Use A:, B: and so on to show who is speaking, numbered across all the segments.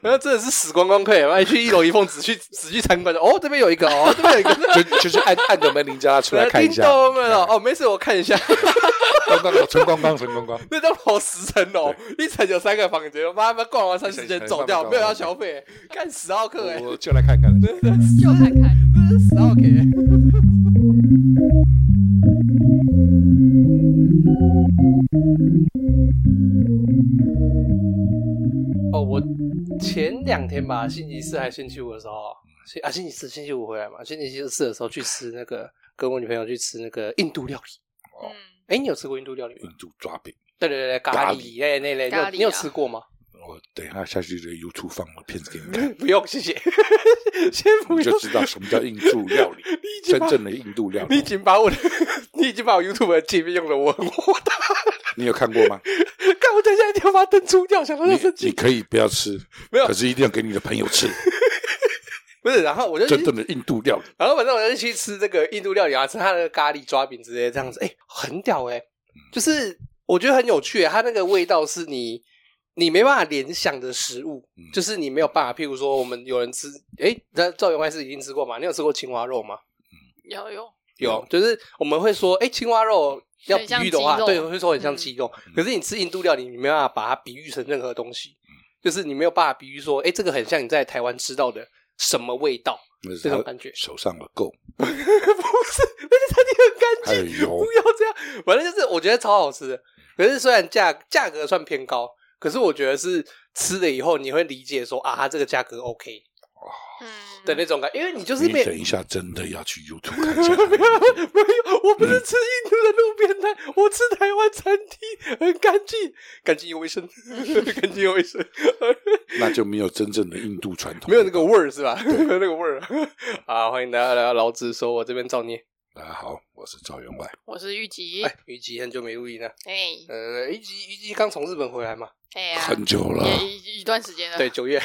A: 然后真的是死光光客，然后去一楼一凤只去参观，这边有一个这边有一个，
B: 就是按个门铃叫他出来看一下。
A: 没事，我看一下。
B: 纯观光。
A: 那栋楼10层楼，一层有3个房间，我把他们逛完3时间走掉，没有要消费，干10号客
B: 我就来看看，
C: 就看看，
A: 这是10号客。我前2天吧，星期4还星期5的时候星期4、星期5回来嘛，星期4的时候去吃那个，跟我女朋友去吃那个印度料理。你有吃过印度料理吗？
B: 印度抓饼。
A: 对，咖喱那类，你有吃过吗？
B: 我等一下下去就 YouTube 放个片子给你看。
A: 不用，谢谢。先不用，
B: 你就知道什么叫印度料理，真正的印度料理。
A: 你已经把我 YouTube 的界面用的我很火大。
B: 你有看过吗？
A: 看我等一下一定要把灯出掉，想到要生气。
B: 你可以不要吃，
A: 没有，
B: 可是一定要给你的朋友吃。
A: 不是，然后我就
B: 真正的印度料理，
A: 然后反正我就去吃这个印度料理啊，吃他的咖喱抓饼之类的这样子，很屌就是我觉得很有趣它那个味道是你没办法联想的食物，就是你没有办法，譬如说我们有人吃，赵员外是已经吃过吗？你有吃过青蛙肉吗？有，就是我们会说，青蛙肉要比喻的话，对，会说很像鸡肉，可是你吃印度料理，你没办法把它比喻成任何东西，就是你没有办法比喻说，这个很像你在台湾吃到的什么味道，这种感觉。
B: 手上的垢
A: 不是，那个餐厅很干净，
B: 还有油，
A: 不要这样。反正就是我觉得超好吃的，可是虽然价格算偏高，可是我觉得是吃了以后你会理解说它这个价格 OK 的那种感觉，因为你就是
B: 你等一下真的要去 YouTube 看一下。
A: 没有，我不是吃印度的路边摊，我吃台湾餐厅，很干净，干净又卫生，干净又卫生。
B: 那就没有真正的印度传统，
A: 没有那个味儿是吧？没有那个味儿啊！欢迎大家来到老子说，我这边造孽。
B: 大家好，我是赵员外，
C: 我是玉吉。
A: 玉吉很久没录音了。玉吉刚从日本回来嘛？
B: 很久了，
C: 一段时间了。
A: 对，9月。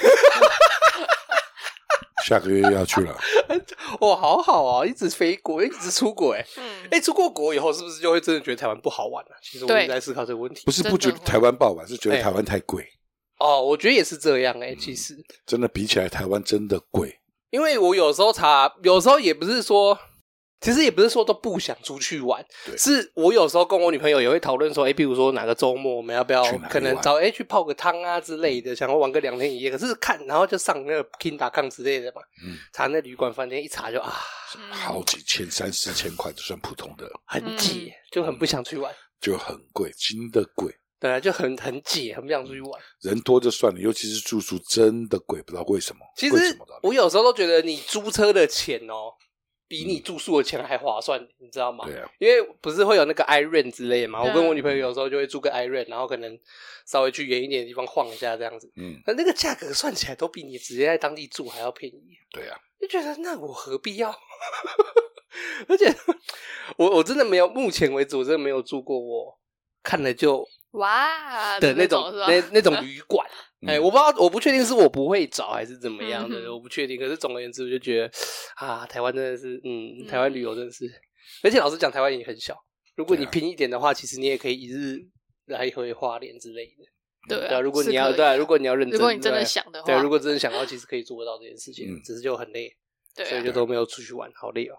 B: 下个月要去了。
A: 好好啊，一直飞国，一直出国出过国以后是不是就会真的觉得台湾不好玩了？其实我一直在思考这个问题。
B: 不是不觉得台湾不好玩，是觉得台湾太贵。
A: 我觉得也是这样其实
B: 真的比起来，台湾真的贵。
A: 因为我有时候也不是说。其实也不是说都不想出去玩，是我有时候跟我女朋友也会讨论说，比如说哪个周末我们要不要可能找去泡个汤啊之类的，想要玩个2天1夜。可是看然后就上那个 Booking.com 之类的嘛，查那旅馆饭店一查就
B: 好几千3-4千块就算普通的，
A: 很挤，就很不想去玩，
B: 就很贵，真的贵。
A: 对啊，就很挤，很不想出去玩。
B: 人多就算了，尤其是住宿真的贵，不知道为什么。
A: 其实我有时候都觉得你租车的钱比你住宿的钱还划算，你知道吗？
B: 对啊，
A: 因为不是会有那个 iRent 之类的嘛，我跟我女朋友有时候就会租个 iRent， 然后可能稍微去远一点的地方晃一下这样子。那个价格算起来都比你直接在当地住还要便宜。
B: 对啊，
A: 就觉得那我何必要？而且我真的没有，目前为止我真的没有住过我看了就
C: 哇
A: 的那种那种旅馆。我不知道，我不确定是我不会找还是怎么样的，我不确定。可是总而言之，我就觉得台湾真的是，台湾旅游真的是，而且老实讲，台湾也很小。如果你拼一点的话，其实你也可以一日来回花莲之类的。
C: 对啊，
A: 如果你要如果你要认真，
C: 如果你真的想的话，
A: 对，如果真的想的话，其实可以做得到这件事情，只是就很累。
C: 对，
A: 所以就都没有出去玩，好累哦。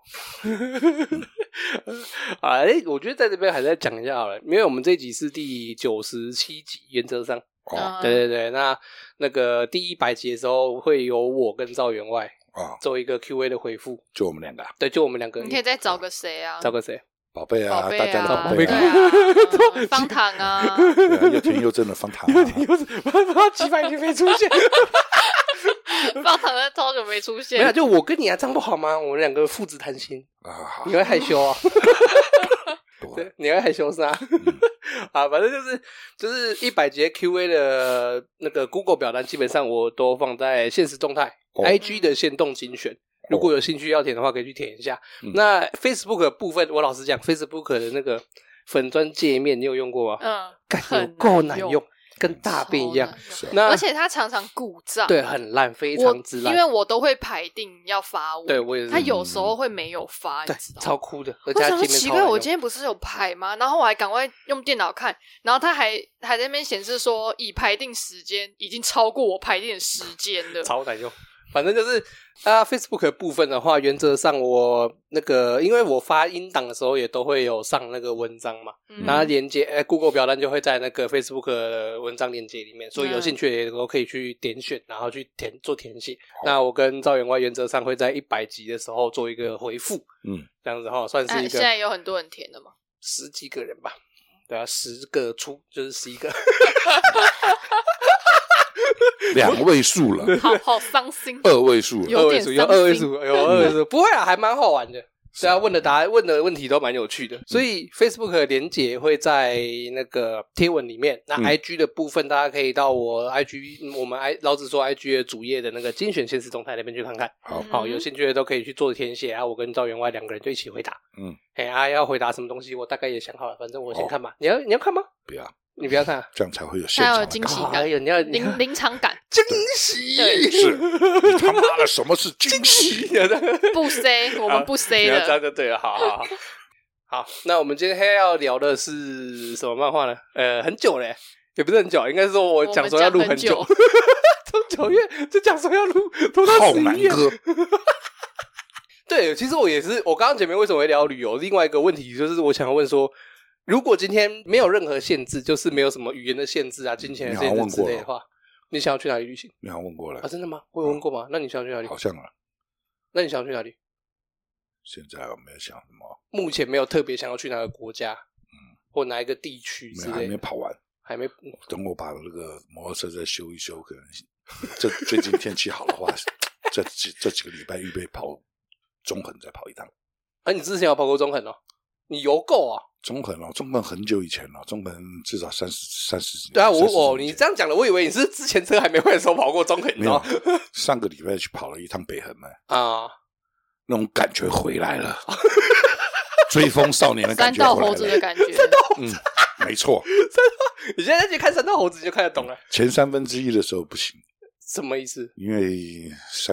A: 我觉得在这边还是再讲一下好了，因为我们这一集是第97集，原则上。对，那个第100集的时候会有我跟赵员外做一个 Q&A 的回复，
B: 就我们2个。
A: 对，就我们2个。
C: 你可以再找个谁啊？
A: 找个谁？
B: 宝贝啊，大家的宝贝
C: 方糖啊，
B: 又甜又正的方糖，
A: 又甜又正，几百年没出现。
C: 方糖在超久没出现，
A: 没有，就我跟你这样不好吗？我们2个父子谈心你会害羞啊？对，你会害羞是吧？反正就是100节 Q&A 的那个 Google 表单，基本上我都放在限时动态，IG 的限动精选。如果有兴趣要填的话，可以去填一下。那 Facebook 的部分，我老实讲 ，Facebook 的那个粉专界面，你有用过吗？有够难用， 跟大便一样。
C: 而且它常常故障，
A: 对，很烂，非常之烂。
C: 因为我都会排定要发文，
A: 对我也是。
C: 它有时候会没有发，
A: 对，超酷的。而
C: 且
A: 我
C: 想说奇怪，我今天不是有排吗？然后我还赶快用电脑看，然后它还在那边显示说已排定时间已经超过我排定的时间了，
A: 超难用。反正就是Facebook 的部分的话，原则上我那个，因为我发音档的时候也都会有上那个文章嘛，然后连接Google 表单就会在那个 Facebook 的文章连接里面，所以有兴趣的也都可以去点选，然后去做填写。那我跟赵员外原则上会在100集的时候做一个回复，这样子算是一个。
C: 现在有很多人填的吗
A: ？10几个人吧，对啊，10个出就是11个。
B: 2位数了，
C: 好伤心。
B: 2位数了，
C: 有
A: 2位数，不会啊，还蛮好玩的。对啊，问的问题都蛮有趣的。所以 Facebook 的连结会在那个贴文里面。那 IG 的部分，大家可以到我 IG 我们老子说 IG 的主页的那个精选限时动态那边去看看。好，有兴趣的都可以去做填写啊。我跟赵员外2个人就一起回答。要回答什么东西，我大概也想好了，反正我先看吧。你要看吗？
B: 不要。
A: 你不要看，
B: 这样才会有现场
C: 惊喜感，
A: 你要
C: 临场感，
A: 惊喜。
B: 是，你他妈的什么是惊喜？
C: 不 say， 我们不 say 了，
A: 这样就对了。好，那我们今天要聊的是什么漫画呢？很久嘞，也不是很久，应该说我讲说要录很久，从9月就讲说要录到11月。对，其实我也是，我刚刚前面为什么会聊旅游？另外一个问题就是我想要问说。如果今天没有任何限制，就是没有什么语言的限制啊、金钱的限制之类的话，你想要去哪里旅行？
B: 你好像问过了
A: 啊？真的吗？我有问过吗？那你想要去哪里？
B: 好像啊。
A: 那你想要去哪里？
B: 现在我没有想什么，
A: 目前没有特别想要去哪个国家，或哪一个地区之类的，
B: 还没跑完，
A: 还没。
B: 等我把那个摩托车再修一修，可能最近天气好的话，这几个礼拜预备跑中横再跑一趟。
A: 你之前有跑过中横哦？你游够啊？
B: 中横很久以前了，中横至少30几年。
A: 对啊，你这样讲了，我以为你是之前车还没坏的时候跑过中横，你知道吗？
B: 上个礼拜去跑了一趟北横嘛，
A: 那
B: 种感觉回来了，追风少年的感觉
C: 回来了，三道猴子的感觉，
B: 没错。
A: 你现在去看三道猴子就看得懂了。
B: 前1/3的时候不行，
A: 什么意思？
B: 因为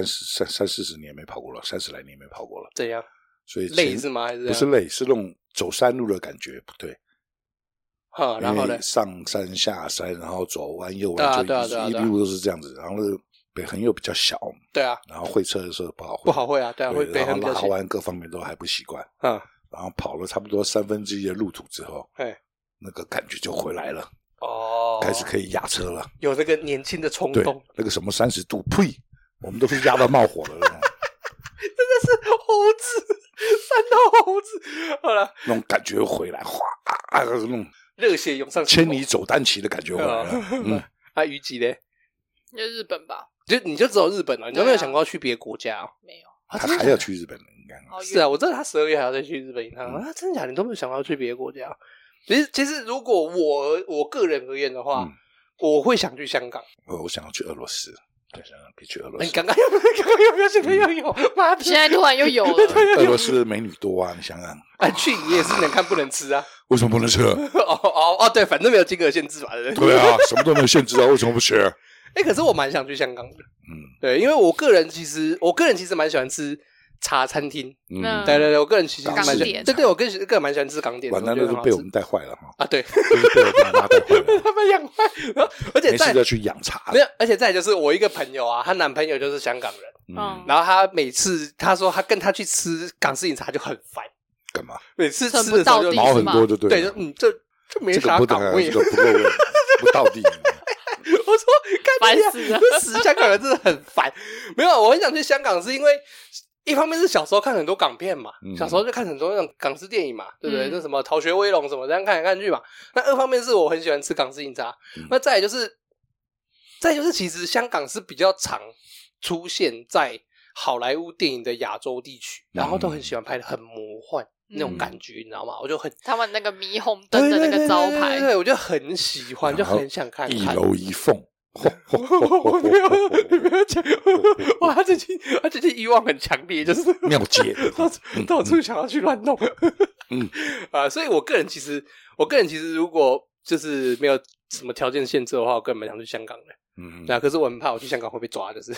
B: 30-40年没跑过了，30来年没跑过了，
A: 怎样？
B: 所以
A: 累是吗？还是
B: 不是累？是那种走山路的感觉不对。
A: 然后呢？
B: 上山下山，然后左弯右弯，就一路都是这样子。然后北横又比较小，对
A: 啊。
B: 然后会车的时候不好会啊，
A: 对啊，会北横比较小。
B: 然后拉弯各方面都还不习惯，然后跑了差不多1/3的路途之后，那个感觉就回来了。开始可以压车了，
A: 有这个年轻的冲动。
B: 那个什么30度，呸！我们都是压到冒火了那种。
A: 真的是猴子，三道猴子。好了，
B: 那种感觉又回来，哗那种
A: 热血涌上心头，
B: 千里走单骑的感觉回来了。
A: 虞姬嘞？
C: 就日本吧。
A: 你就只有日本了，你有没有想过要去别的国家？
C: 没有。
B: 他还要去日本，应该
A: 是啊，我知道他12月还要再去日本一趟啊。真的假的？你都没有想到去别的国家？其实如果我个人而言的话，我会想去香港。
B: 我想要去俄罗斯。对，可以去俄罗斯。
A: 你刚刚有没有？现在又有？妈的！
C: 现在突然又有了。
B: 俄罗斯美女多啊，你想想。
A: 去你也是能看不能吃啊？
B: 为什么不能吃？
A: 对，反正没有金额限制嘛。
B: 对啊，什么都没有限制啊，为什么不吃？
A: 可是我蛮想去香港的。对，因为我个人其实蛮喜欢吃茶餐厅。对，我个人其实蛮喜欢。对，我个人蛮喜欢吃港点。
B: 完了，那是被我们带坏了哈。
A: 对，
B: 被我妈带坏了。
A: 他们养坏，而且
B: 没事就去养茶。
A: 没有，而且再就是我一个朋友啊，她男朋友就是香港人。然后他每次他说他跟他去吃港式饮茶就很烦。
B: 干嘛？
A: 每次吃的时候就
B: 毛很多，就对。
A: 对，就没啥港味，
B: 这个不够味，不到地。
A: 我说，
C: 烦死了，
A: 死香港人真的很烦。没有，我很想去香港，是因为一方面是小时候看很多港片嘛，小时候就看很多那种港式电影嘛，对不对？那什么《逃学威龙》什么这样看来看去嘛。那二方面是我很喜欢吃港式饮茶。那再来就是，其实香港是比较常出现在好莱坞电影的亚洲地区，然后都很喜欢拍的很魔幻。那种感觉你知道吗？我就很
C: 他们那个霓虹灯的那个招牌，
A: 对，我就很喜欢，就很想看看。
B: 一楼一凤，
A: 我没有讲，哇，他最近欲望很强烈，就是
B: 庙街，
A: 到处想要去乱弄。所以我个人其实如果就是没有什么条件限制的话，我根本想去香港的。对啊，可是我很怕我去香港会被抓，就是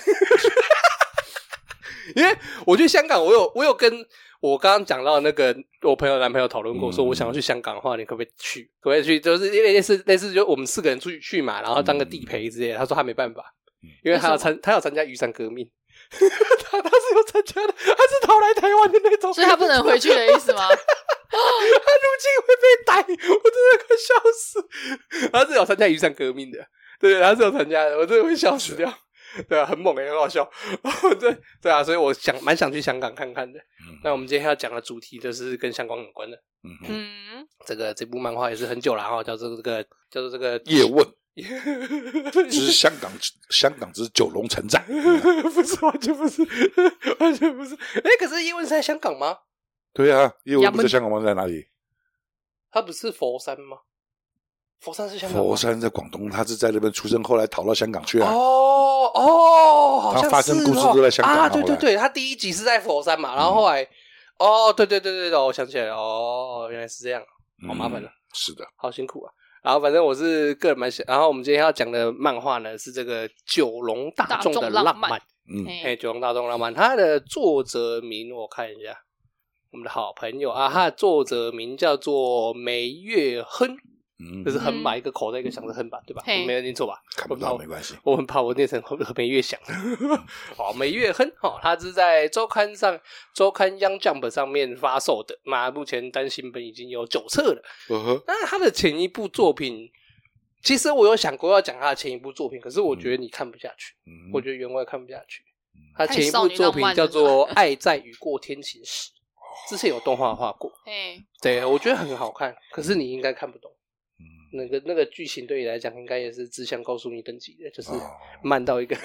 A: 因为我去香港，我有跟我刚刚讲到那个我朋友男朋友讨论过，说我想要去香港的话，你可不可以去？可不可以去？就是类似，就我们4个人出去去嘛，然后当个地陪之类的。他说他没办法，因为他要参加雨伞革命。他是有参加的，他是逃来台湾的那种，
C: 所以他不能回去的意思吗？
A: 他入境会被逮，我真的快笑死。他是有参加雨伞革命的，对，他是有参加的，我真的会笑死掉。对啊，很猛很好笑。对啊，所以我蛮想去香港看看的。那我们今天要讲的主题就是跟香港有关的。这部漫画也是很久了哈，叫做这个
B: 叶问。这是香港之九龙城寨。
A: 不是，完全不是。可是叶问是在香港吗？
B: 对啊，叶问不在香港吗？在哪里？
A: 他不是佛山吗？佛山是香港吗？
B: 佛山在广东，他是在那边出生，后来逃到香港去啊。
A: 好像是。
B: 他发生故事都在香港
A: 啊。对，他第1集是在佛山嘛，然后后来对，我想起来了，原来是这样，好麻烦了。
B: 是的，
A: 好辛苦啊。然后反正我是个人蛮喜，然后我们今天要讲的漫画呢是这个九龙大众的浪漫。九龙大众浪漫，它的作者名我看一下，我们的好朋友啊，他的作者名叫做梅月亨。就是亨吧，一个口在一个响的亨吧，对吧？我没有念错吧？
B: 看不到没关系，
A: 我很怕我念成梅月响。好，梅月亨，他是在周刊 Young Jump 上面发售的，目前单行本已经有9册了。那他的前一部作品，其实我有想过要讲他的前一部作品，可是我觉得你看不下去，我觉得员外看不下去。他前一部作品叫做《爱在雨过天晴时》，之前有动画画过。对，我觉得很好看，可是你应该看不懂。那个剧情对你来讲应该也是只想告诉你等级的，就是慢到一个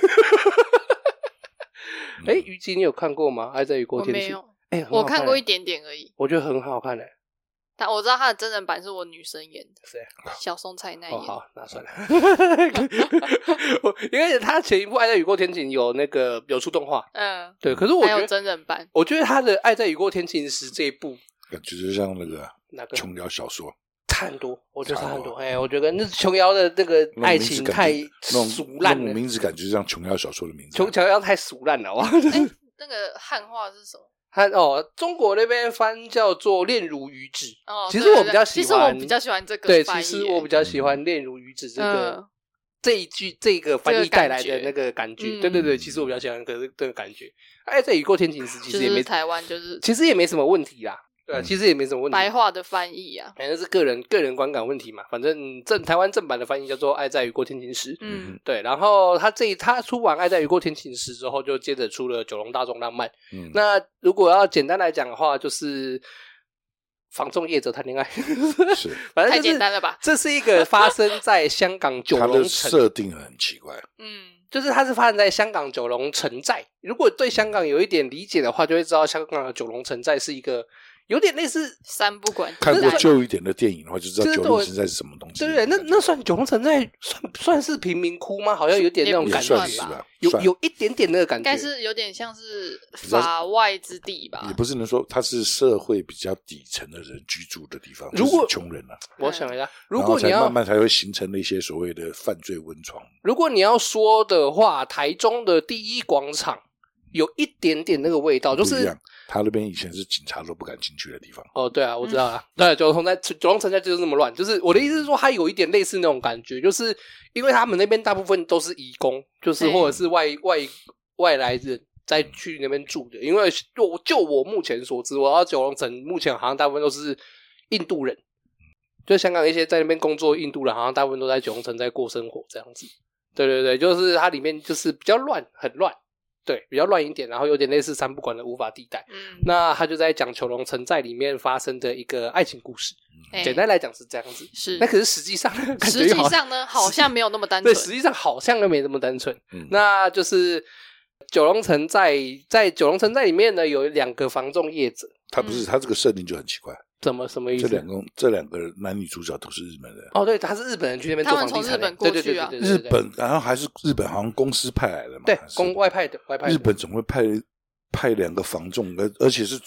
A: 虞姬你有看过吗？爱在雨过天晴？
C: 我没有，我看过一点点而已。
A: 我觉得很好看耶。
C: 但我知道他的真人版是我女生演的，
A: 谁？
C: 小松菜奈演的。
A: 好，那算了。因为他前一部《爱在雨过天晴》有出动画，对。可是我觉得
C: 还有真人版，
A: 我觉得他的《爱在雨过天晴时》这一部
B: 感觉就像那个琼瑶小说。
A: 差很多，我觉得差很多。我觉得那琼瑶的那个爱情太俗烂了，
B: 名字感觉像琼瑶小说的名字。
A: 琼瑶太俗烂了，
C: 那个汉化是什么？
A: 中国那边翻叫做恋如鱼脂。其实我比较喜欢，
C: 其实我比较喜欢这个
A: 对，其实我比较喜欢恋如鱼脂这个翻译带来的那个感觉。对，其实我比较喜欢这个感觉。爱在雨过天晴时，其实也没
C: 台湾就是
A: 其实也没什么问题啦。对，其实也没什么问题。
C: 白话的翻译啊，
A: 反正是个人观感问题嘛。反正台湾正版的翻译叫做《爱在雨过天晴时》。对。然后他出完《爱在雨过天晴时》之后，就接着出了《九龙大众浪漫》。那如果要简单来讲的话，就是房仲业者谈恋爱。
B: 是，
A: 反正
C: 太简单了吧？
A: 这是一个发生在香港九龙城，它的
B: 设定很奇怪。
A: 就是它是发生在香港九龙城寨。如果对香港有一点理解的话，就会知道香港的九龙城寨是一个有点类似
C: 三不管。
B: 看过旧一点的电影的话，就知道九龙城寨是什么东西。
A: 对，那算九龙城寨算是贫民窟吗？好像有点那种感觉吧，有一点点那个感觉，
C: 应该是有点像是法外之地吧。
B: 也不是能说它是社会比较底层的人居住的地方，如果穷人啊，
A: 我想一下，如果你要
B: 慢慢才会形成那些所谓的犯罪温床。
A: 如果你要说的话，台中的第一广场有一点点那个味道，就是
B: 不一样。他那边以前是警察都不敢进去的地方。
A: 对啊，我知道啊。对，九龙城寨就是那么乱。就是我的意思是说，它有一点类似那种感觉，就是因为他们那边大部分都是移工，就是或者是外来人在去那边住的。因为就我目前所知，我到九龙城目前好像大部分都是印度人，就香港一些在那边工作的印度人，好像大部分都在九龙城在过生活这样子。对，就是它里面就是比较乱，很乱。对，比较乱一点，然后有点类似三不管的无法地带。那他就在讲九龙城寨里面发生的一个爱情故事。简单来讲是这样子。是，那可是实际上
C: 呢，好像没有那么单纯。
A: 对，实际上好像都没那么单纯。那就是九龙城寨在九龙城寨里面呢，有2个房仲业者。
B: 他不是，他这个设定就很奇怪。
A: 什么意思？
B: 这两个男女主角都是日本人。
A: 对，他是日本人去那边做房地产。
C: 他们从日本过去啊。
A: 对，
B: 日本，然后还是日本好像公司派来的嘛。
A: 对，外派的。
B: 日本总会派2个房仲，而且是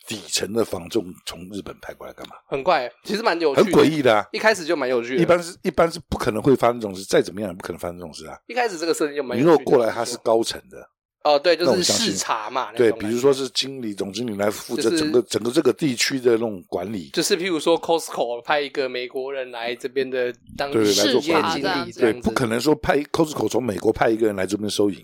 B: 底层的房仲从日本派过来干嘛？
A: 很怪，其实蛮有趣的，
B: 很诡异的啊！
A: 一开始就蛮有趣的，
B: 一般是不可能会发生这种事，再怎么样也不可能发生这种事啊！
A: 一开始这个设定就蛮有趣的。
B: 你如果过来他是高层的。
A: 对，就是视察嘛。
B: 对，比如说是经理、总经理来负责整个这个地区的那种管理。
A: 就是譬如说 Costco 派一个美国人来这边的当事业经理，
B: 对，不可能说派 Costco 从美国派一个人来这边收银。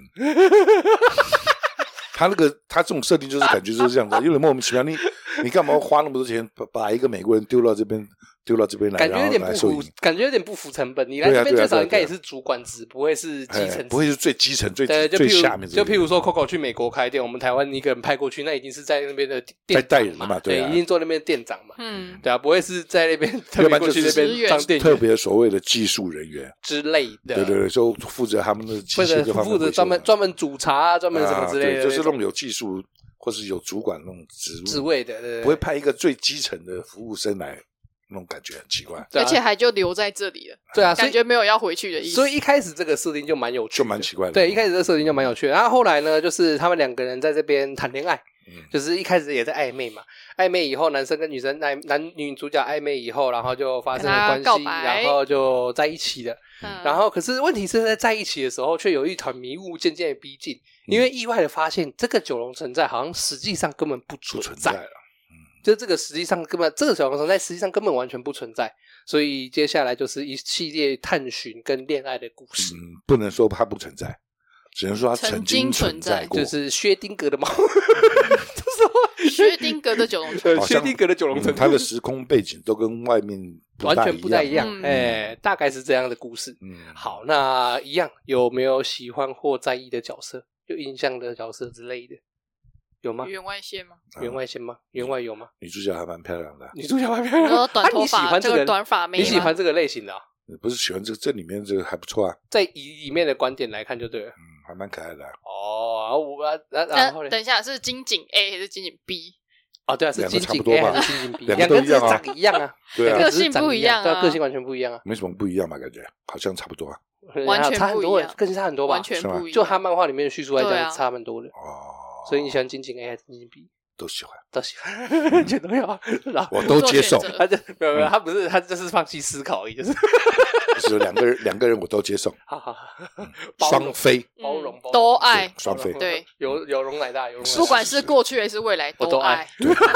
B: 他这种设定就是感觉就是这样子，有点莫名其妙。你干嘛花那么多钱把一个美国人丢到这边来，
A: 感觉有点不符，感觉有点不符成本。你来这边最少应该也是主管职，不会是基层，
B: 不会是最基层最下面。
A: 就譬如说 Coco 去美国开店，我们台湾一个人派过去，那已经是在那边的店
B: 在带人了嘛，
A: 对，已经做那边的店长嘛，对啊，不会是在那边特别过去那边当店员，
B: 特别所谓的技术人员
A: 之类的。
B: 对，就负责他们的机械各方面，
A: 负责专门煮茶，专门什么之类的，
B: 就是那种有技术或是有主管那种职
A: 位的，对，
B: 不会派一个最基层的服务生来，那种感觉很奇怪，
C: 而且还就留在这里了，
A: 对啊，
C: 感觉没有要回去的意思。
A: 所以一开始这个设定就蛮有趣的，
B: 就蛮奇怪的。
A: 对，一开始这个设定就蛮有趣的。然后后来呢，就是他们两个人在这边谈恋爱，就是一开始也在暧昧嘛，暧昧以后，男生跟女生男女主角暧昧以后，然后就发生了关系，然后就在一起了。然后可是问题是在一起的时候，却有一团迷雾渐渐的逼近，因为意外的发现这个九龙城寨好像实际上根本不存在了。就这个实际上根本这个九龙城寨实际上根本完全不存在，所以接下来就是一系列探寻跟恋爱的故事。
B: 不能说它不存在，只能说它曾经存在过，
A: 就是薛丁格的猫。
C: 薛丁格的九龙城，
A: 薛丁格的九龙城，
B: 它的时空背景都跟外面
A: 完全不太一样。大概是这样的故事。好，那一样有没有喜欢或在意的角色，有印象的角色之类的？有吗？
C: 员外线吗？
A: 员外线吗？员外有吗？
B: 女主角还蛮漂亮的，
A: 女主角蛮漂亮的。
C: 短头发，
A: 你喜欢这个
C: 短发妹？
A: 你喜欢这个类型的啊？
B: 不是喜欢这里面这个还不错啊，
A: 在里面的观点来看就对了。
B: 还蛮可爱的。
A: 然后
C: 等一下是金井 A 还是金井 B？
A: 对啊，是金井
B: A
A: 还是金井 B？
B: 两个
A: 只是长一样啊，
B: 对啊，
C: 个性不一样啊，
A: 个性完全不一样啊，
B: 没什么不一样吧？感觉好像差不多啊，
C: 完全不一样，
A: 个性差很多吧？
C: 完全不一样。
A: 就他漫画里面叙述来讲，差蛮多的。所以你喜欢金井 A 还是金井 B？
B: 都喜欢，
A: 全都要，
B: 我都接受。
A: 他就没有，他不是，他就是放弃思考而已，
B: 就是两个人我都接受。
A: 好，
B: 双飞
A: 包容
C: 都爱，
B: 双飞
C: 对，
A: 有容乃大，有容乃大，
C: 不管是过去还是未来都爱。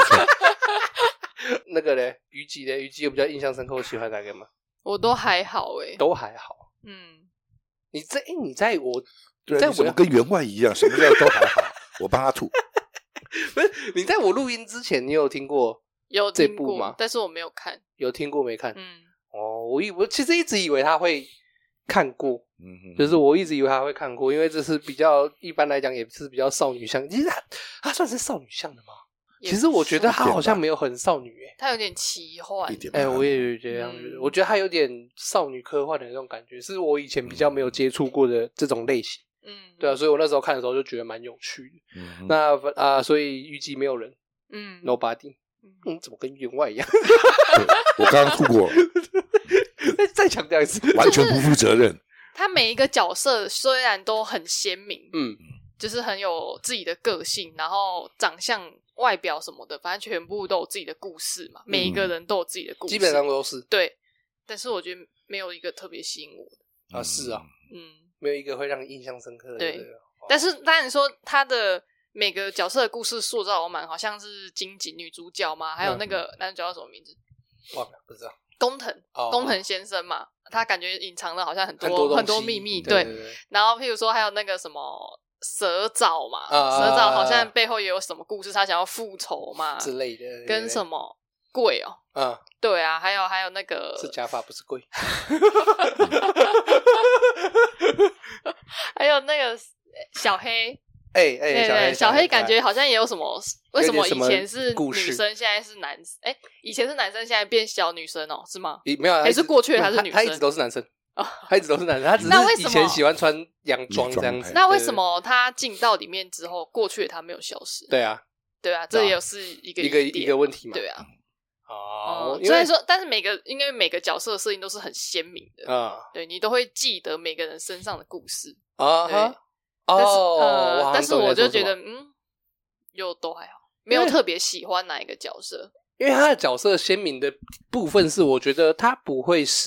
A: 那个嘞，虞姬嘞，虞姬有比较印象深刻，喜欢哪个吗？
C: 我都还好
A: 都还好。你在我
B: 怎么跟员外一样？什么叫都还好？我帮他吐。
A: 不是你在我录音之前，你有听过这部吗？
C: 但是我没有看。
A: 有听过没看？我其实一直以为他会看过，就是我一直以为他会看过，因为这是比较一般来讲也是比较少女向。其实他算是少女向的吗？其实我觉得他好像没有很少女
C: 他有点奇幻
B: 一点。
A: 我也觉得这样觉得。我觉得他有点少女科幻的那种感觉，是我以前比较没有接触过的这种类型。对啊，所以我那时候看的时候就觉得蛮有趣的。那所以预计没有人，nobody。怎么跟员外一样？
B: 我刚刚吐过，
A: 再强调一次，
B: 完全不负责任。
C: 他每一个角色虽然都很鲜明，就是很有自己的个性，然后长相、外表什么的，反正全部都有自己的故事嘛。每一个人都有自己的故事，
A: 基本上都是
C: 对。但是我觉得没有一个特别吸引我的
A: 是啊，没有一个会让你印象深刻的。
C: 对，但是当然说他的每个角色的故事塑造蛮好，像是金井女主角嘛，还有那个男主角叫什么名字？
A: 忘了，不知道。
C: 工藤先生嘛，他感觉隐藏了好像很多秘密。
A: 对，
C: 然后譬如说还有那个什么蛇爪嘛，蛇爪好像背后也有什么故事，他想要复仇嘛
A: 之类的，
C: 跟什么贵对啊，还有那个
A: 是假发不是贵，
C: 还有那个小黑。
A: 小
C: 黑感觉好像也有什么？为什么以前是女生，现在是男？以前是男生，现在变小女生是吗？
A: 没有，
C: 还是过去他是女生？
A: 他一直都是男生他一直都是男生，他只是以前喜欢穿洋装这样子。
C: 那为什么他进到里面之后，过去的他没有消失？
A: 对啊，
C: 这也是一个
A: 问题嘛。
C: 对啊，
A: 所
C: 以说，但是因为每个角色的设定都是很鲜明的对你都会记得每个人身上的故事但是我就觉得又都还好， 没有特别喜欢哪一个角色？
A: 因为他的角色鲜明的部分是，我觉得他不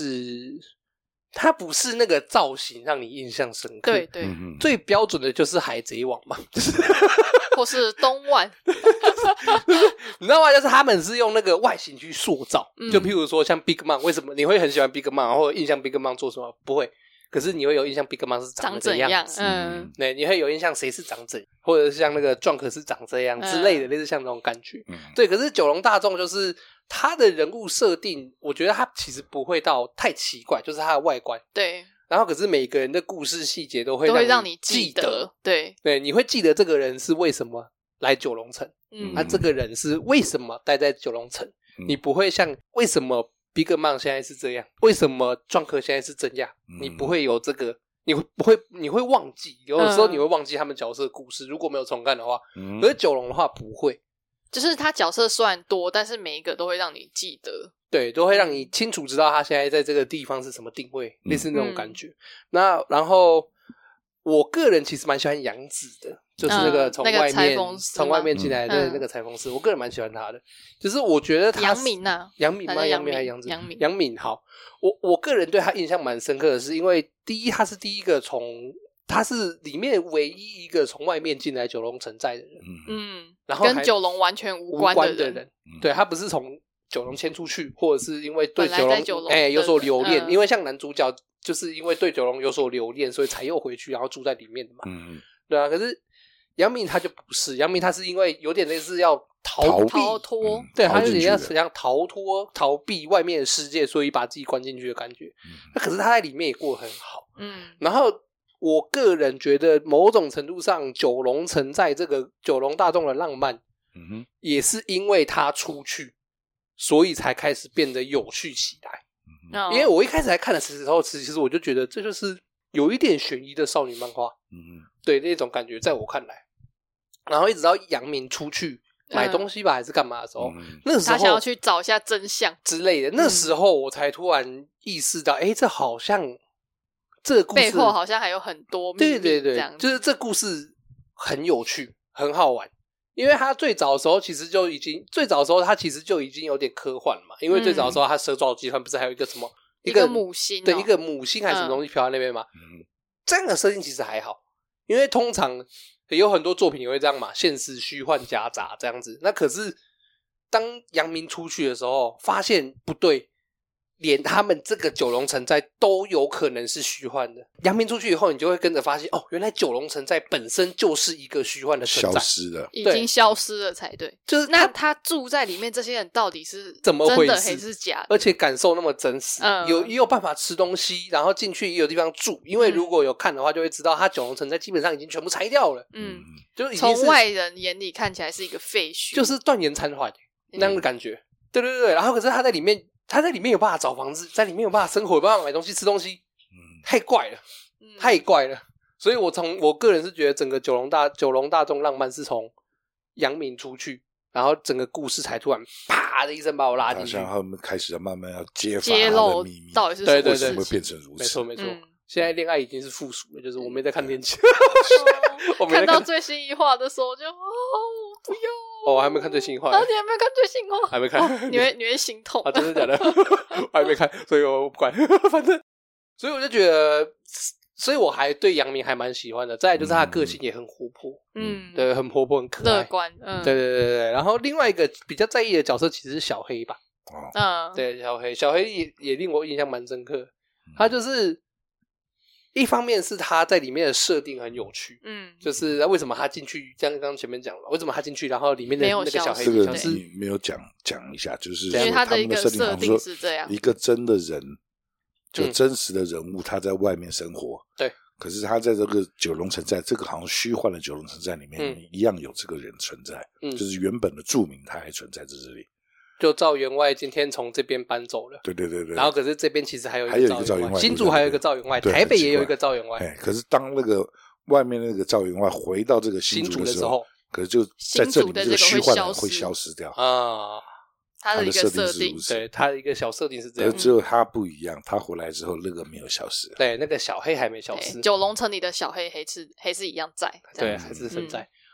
A: 是那个造型让你印象深刻。
C: 对对，
A: 最标准的就是海贼王嘛，
C: 或是东莞，
A: 你知道吗？就是他们是用那个外形去塑造，就譬如说像 Big Mom， 为什么你会很喜欢 Big Mom， 或者印象 Big Mom 做什么？不会。可是你会有印象 Big Mom 是长怎样子，对，你会有印象谁是长怎，或者是像那个 Drunk 是长这样之类的，类似像那种感觉。对，可是九龙大众就是他的人物设定，我觉得他其实不会到太奇怪，就是他的外观。
C: 对，
A: 然后可是每个人的故事细节都会让你记得，
C: 对，
A: 你会记得这个人是为什么来九龙城，这个人是为什么待在九龙城，你不会像为什么Big Mom 现在是这样，为什么壮客现在是这样，你不会有这个，你会忘记，有的时候你会忘记他们角色的故事，如果没有重看的话。可是九龙的话不会，
C: 就是他角色虽然多，但是每一个都会让你记得，
A: 对，都会让你清楚知道他现在在这个地方是什么定位，类似那种感觉。那然后我个人其实蛮喜欢杨紫的，就是那个从外面进来的那个裁缝师，我个人蛮喜欢他的。就是我觉得他
C: 杨敏啊，
A: 杨敏吗？杨敏还是杨紫？杨敏。好，我个人对他印象蛮深刻的是，因为第一他是第一个他是里面唯一一个从外面进来九龙城寨的人，然后
C: 跟九龙完全无关的人，
A: 对，他不是从九龙迁出去，或者是因为对九龙有所留恋，因为像男主角就是因为对九龙有所留恋，所以才又回去，然后住在里面的嘛。对啊，可是杨明他就不是，杨明他是因为有点类似要逃脱，对，他有点像逃避外面的世界，所以把自己关进去的感觉。那可是他在里面也过得很好，然后我个人觉得某种程度上，九龙城寨这个九龙大众的浪漫，也是因为他出去，所以才开始变得有趣起来。因为我一开始来看的时候，其实我就觉得这就是有一点悬疑的少女漫画，对那种感觉，在我看来。然后一直到杨明出去买东西吧，还是干嘛的时候，那时候
C: 他想要去找一下真相
A: 之类的，那时候我才突然意识到，这好像这个故事
C: 背后好像还有很多秘密，
A: 对，就是这故事很有趣，很好玩。因为他最早的时候其实就已经他其实就已经有点科幻了嘛，因为最早的时候他蛇爪集团不是还有一个什么
C: 一个母星，
A: 对，一个母星还是什么东西飘在那边嘛，这样的设定其实还好，因为通常有很多作品也会这样嘛，现实虚幻夹杂这样子。那可是当杨明出去的时候发现不对，连他们这个九龙城寨都有可能是虚幻的。杨明出去以后，你就会跟着发现，原来九龙城寨本身就是一个虚幻的存在，
B: 消失了，
C: 已经消失了才对。
A: 就是
C: 那他住在里面，这些人到底是
A: 怎么回事，
C: 真的还是假的？
A: 而且感受那么真实，也有办法吃东西，然后进去也有地方住。因为如果有看的话，就会知道他九龙城寨基本上已经全部拆掉了。就已经是
C: 从外人眼里看起来是一个废墟，
A: 就是断垣残垣那样的感觉。对，然后可是他在里面有办法找房子，在里面有办法生活，有办法买东西吃东西，太怪了，所以我个人是觉得整个九龙大众浪漫是从杨明出去，然后整个故事才突然啪的一声把我拉进去，
B: 好像他们开始慢慢要揭发
C: 揭露
B: 秘密，
C: 到底是
B: 为什么会变成如此？
A: 没错。现在恋爱已经是附属了，就是我没在看天气，
C: 看到最新一话的时候就不要。
A: 我还没看最新话，
C: 你还没看最新话？
A: 还没看，
C: 你会心痛
A: 啊？真的假的？我还没看，所以我不管，反正，所以我就觉得，所以我还对杨明还蛮喜欢的。再来就是他的个性也很活泼，对，很活泼，很可爱，
C: 乐观，
A: 对。然后另外一个比较在意的角色其实是小黑吧，对，小黑也令我印象蛮深刻。他就是一方面是他在里面的设定很有趣，就是为什么他进去，像刚刚前面讲了，为什么他进去，然后里面的那个小黑，
B: 这个你没有讲一下，就是
C: 因为他的一个设定
B: 是这样，一个真的人，就真实的人物，他在外面生活，
A: 对，
B: 可是他在这个九龙城寨，这个好像虚幻的九龙城寨里面，一样有这个人存在，就是原本的住民他还存在在这里。
A: 就赵员外今天从这边搬走了，
B: 对，
A: 然后可是这边其实还有一个
B: 赵员外，
A: 新竹还有一个赵员外，台北也有一个赵员外。
B: 可是当那个外面那个赵员外回到这个新竹的时候，可是就在这里这个虚幻的会消失掉啊。
C: 他的一个设定，
A: 对，他的一个小设定是这样，
B: 只有他不一样，他回来之后那个没有消失，
A: 对，那个小黑还没消失。
C: 九龙城里的小黑是一样在，
A: 对，还是存在。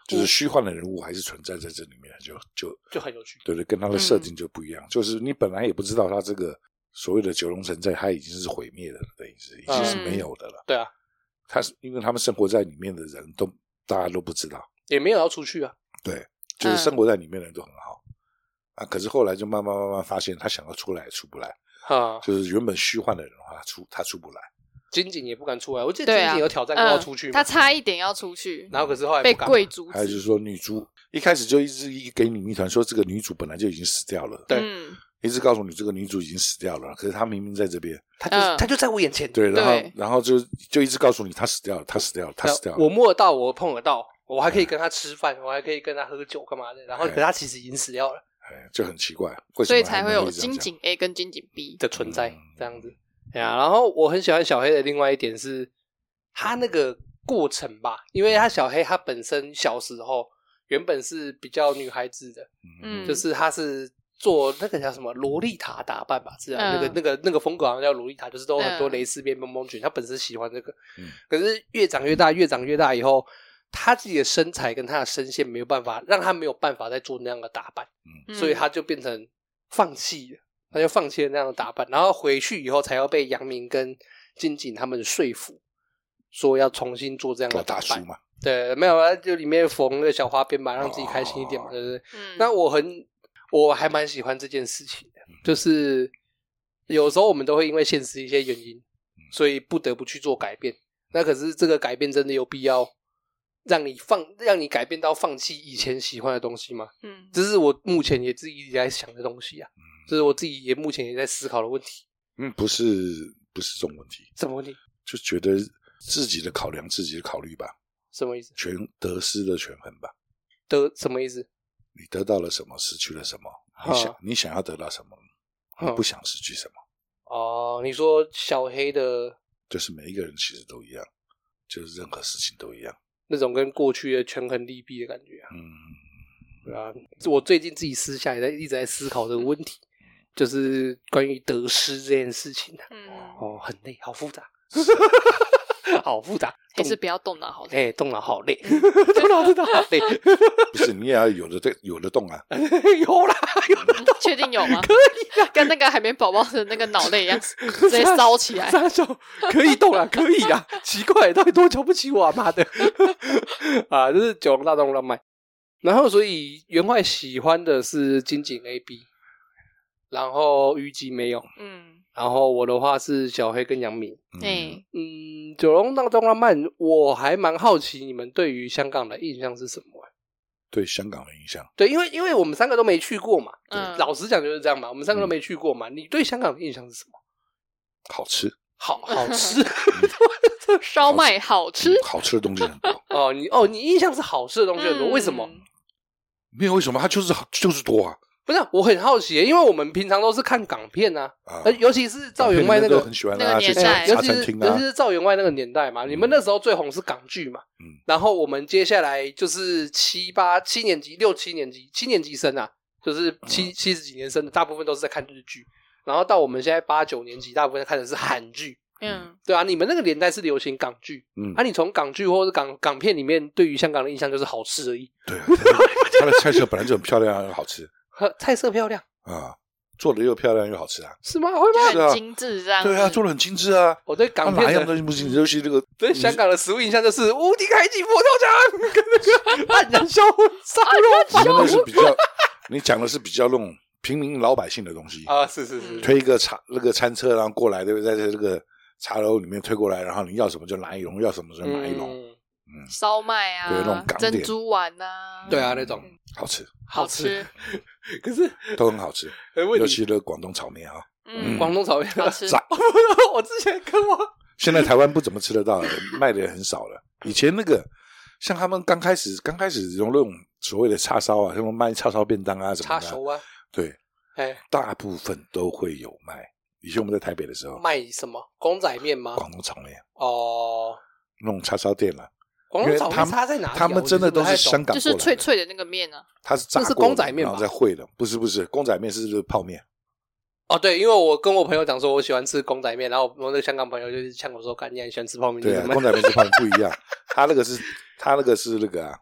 B: 就是虚幻的人物还是存在在这里面，
A: 就很有趣。
B: 对对，跟他的设定就不一样，就是你本来也不知道他这个所谓的九龙城寨，他已经是毁灭的了，等于是已经是没有的了。
A: 对啊，
B: 他是因为他们生活在里面的人大家都不知道，
A: 也没有要出去啊。
B: 对，就是生活在里面的人都很好啊，可是后来就慢慢发现，他想要出来也出不来。就是原本虚幻的人的话，他出不来。
A: 金井也不敢出来，我记得金井有挑战过要出去，
C: 他差一点要出去，
A: 然后可是后来
C: 被贵族。
B: 还有就是说，女主一开始就一直给你谜团，说这个女主本来就已经死掉了。
A: 对，
B: 一直告诉你这个女主已经死掉了，可是她明明在这边，
A: 她就在我眼前。
B: 对，然后就一直告诉你她死掉了，她死掉了，她死掉了。
A: 我摸得到，我碰得到，我还可以跟她吃饭，我还可以跟她喝酒干嘛的。然后可是她其实已经死掉了。
B: 就很奇怪，
C: 所以才会有金井 A 跟金井 B
A: 的存在，这样子。然后我很喜欢小黑的另外一点是，他那个过程吧，因为他小黑他本身小时候原本是比较女孩子的，就是他是做那个叫什么洛丽塔打扮吧，是啊，那个风格好像叫洛丽塔，就是都很多蕾丝边蓬蓬裙，他本身喜欢这个，可是越长越大以后。他自己的身材跟他的声线没有办法让他没有办法再做那样的打扮，所以他就变成放弃了，他就放弃了那样的打扮，然后回去以后才要被杨明跟金井他们说服，说要重新做这样的打扮嘛。对，没有，就里面缝那个小花边吧，让自己开心一点嘛，对不对？那我还蛮喜欢这件事情的，就是有时候我们都会因为现实一些原因，所以不得不去做改变。那可是这个改变真的有必要？让你改变到放弃以前喜欢的东西吗？这是我目前也自己一直在想的东西啊，这是我自己也目前也在思考的问题。
B: 不是这种问题。
A: 什么问题？
B: 就觉得自己的考量，自己的考虑吧。
A: 什么意思？
B: 得失的权衡吧。
A: 什么意思？
B: 你得到了什么，失去了什么？你想要得到什么？你不想失去什么？
A: 哦，你说小黑的，
B: 就是每一个人其实都一样，就是任何事情都一样。
A: 那种跟过去的权衡利弊的感觉啊，对啊，我最近自己私下也一直在思考这个问题，就是关于得失这件事情很累，好复杂，好复杂，
C: 还是不要动脑好累，
A: 动脑好累，动脑真的好累。
B: 不是，你也要有的动啊，
A: 有啦，
C: 确定有吗？
A: 可以啊，
C: 跟那个海绵宝宝的那个脑袋一样，直接烧起来。
A: 可以动啊，可以啊，奇怪，到底多瞧不起我啊，妈的！啊，这是九龙大动乱卖。然后，所以员外喜欢的是金井 AB， 然后虞姬没有，然后我的话是小黑跟杨明。九龙大动乱卖，我还蛮好奇你们对于香港的印象是什么？
B: 对香港的印象，
A: 对，因为我们三个都没去过嘛，老实讲就是这样嘛，我们三个都没去过嘛。你对香港的印象是什么？
B: 好吃，
A: 好吃，
C: 烧麦好吃，
B: 好吃的东西很多。
A: 你印象是好吃的东西很多，为什么？
B: 没有为什么，它就是多啊。
A: 不是，我很好奇，因为我们平常都是看港片啊，尤其是赵员外那个
B: 很喜欢那个
C: 年代，
A: 尤其是赵员外那个年代嘛，你们那时候最红是港剧嘛，然后我们接下来就是七年级、7年级生啊，就是70几年生的，大部分都是在看日剧，然后到我们现在8、9年级，大部分看的是韩剧。对啊，你们那个年代是流行港剧，你从港剧或者港片里面对于香港的印象就是好吃而已。
B: 对，它的菜色本来就很漂亮又好吃。
A: 菜色漂亮
B: 啊，做的又漂亮又好吃啊，
A: 是吗？会吗？
C: 就很精致这样。
B: 对啊，做的很精致啊。
A: 我对港片
B: 哪样东西不精致？尤其这个
A: 对香港的食物印象就是无敌开记佛跳墙跟那个黯然销魂烧肉饭。
B: 你讲的是比较那种平民老百姓的东西
A: 啊，是，
B: 推一个那个餐车然后过来，对不对？在这个茶楼里面推过来，然后你要什么就拿一笼，要什么就拿一笼。
C: 烧麦啊，
B: 对，那种港点
C: 珍珠丸啊，
A: 对啊，那种
B: 好吃，
A: 可是
B: 都很好吃，尤其是广东炒面啊，
A: 广东炒面
C: 好吃。
A: 我之前跟
B: 现在台湾不怎么吃得到了，卖的也很少了。以前那个像他们刚开始用那种所谓的叉烧啊，什么卖叉烧便当啊什么的，
A: 叉烧啊，
B: 对，大部分都会有卖。以前我们在台北的时候，
A: 卖什么公仔面吗？
B: 广东炒面
A: 那
B: 种叉烧店啦。
A: 广东炒面差在哪里？
B: 他们真的都是香港过来的，
C: 就是脆脆的那个面啊。
B: 它是炸过的，
A: 那是公仔面吧？
B: 然后再烩的，不是公仔面是泡面。
A: 对，因为我跟我朋友讲说我喜欢吃公仔面，然后我那个香港朋友就是呛我说：“干，你还喜欢吃泡面？”
B: 对啊，公仔面是泡面不一样，他那个是那个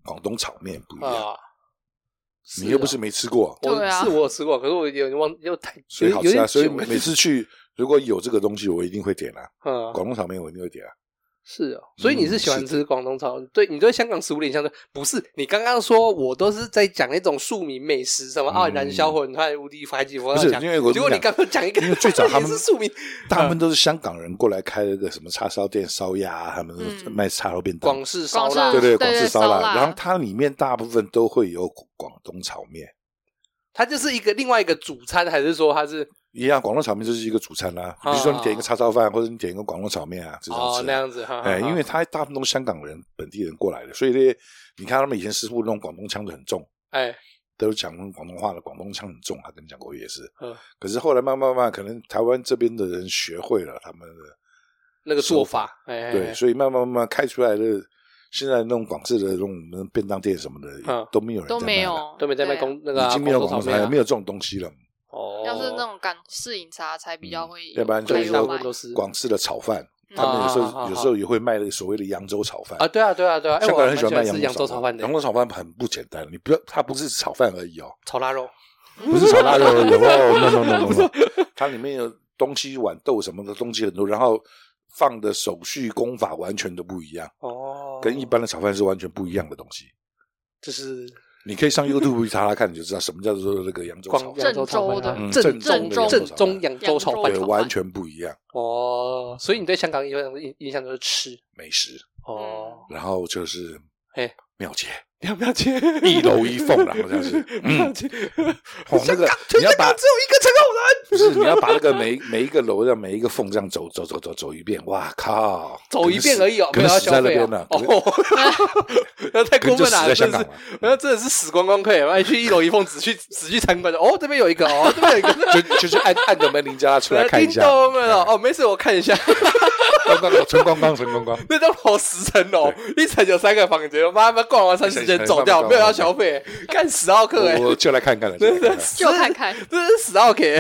B: 广东炒面不一样。你又不是没吃过，
C: 对啊，
A: 我有吃过，可是我有点忘，又太
B: 所以好吃啊。所以每次去如果有这个东西，我一定会点啊。广东炒面我一定会点啊。
A: 是哦，所以你是喜欢吃广东炒？对，你对香港食物有点像的，不是？你刚刚说我都是在讲那种庶民美食，什么奥燃小馄饨、无敌排挤佛，
B: 不是因为我
A: 结果你刚刚讲一个，
B: 因为最早他们
A: 是庶民，
B: 大部分都是香港人过来开了个什么叉烧店、烧鸭，他们卖叉烧便当、
A: 广式烧腊，
B: 对，广式烧腊，然后它里面大部分都会有广东炒面。
A: 它就是另外一个主餐，还是说它是
B: 一样？广东炒面就是一个主餐啦，比如说你点一个叉烧饭，或者你点一个广东炒面啊，这种
A: 那样子。
B: 因为它大部分都是香港人、本地人过来的，所以呢，你看他们以前师傅那种广东腔的很重，都讲广东话的，广东腔很重，他跟你讲过也是。可是后来慢慢，可能台湾这边的人学会了他们的
A: 那个做法，
B: 对，所以慢慢开出来的。现在那种广式的那种便当店什么的，都没有人在卖了，
A: 都没在卖那个，
B: 已经没有广东炒面，没有这种东西了。
C: 要是那种港式饮茶才比较会，
B: 要不然就是广式的炒饭，他们有时候也会卖那个所谓的扬州炒饭
A: 啊。对啊，
B: 香港人很喜欢卖
A: 扬州炒饭的。
B: 扬州炒饭很不简单，你不要，它不是炒饭而已哦，
A: 炒腊肉
B: 不是炒腊肉而已哦，no，它里面有东西豌豆什么的东西很多，然后放的手续功法完全都不一样跟一般的炒饭是完全不一样的东西。
A: 就是
B: 你可以上 YouTube 查看，你就知道什么叫做那个扬州炒饭，
C: 郑州的
A: 正宗扬州炒饭，
B: 对，完全不一样
A: 所以你对香港印象就是吃
B: 美食然后就是庙街。
A: 庙街
B: 一楼一凤啦，好像是。那个你要把
A: 只有一个陈浩南，
B: 不是你要把那个每一个楼的每一个凤这样走一遍，哇靠！
A: 走一遍而已
B: 可能死在那边了。
A: 那太过分了，
B: 真是，
A: 那真的是死光客。你去一楼一凤只去参观的，这边有一个这边有一个，
B: 就是按个门铃叫他出来看一下。
A: 没事，我看一下。
B: 陈光光，
A: 那都跑10层楼，一层有3个房间，我妈妈逛完3时间走掉，没有要消费，干10号客
B: 我就来看看了，
C: 就看看，
A: 这是10号客。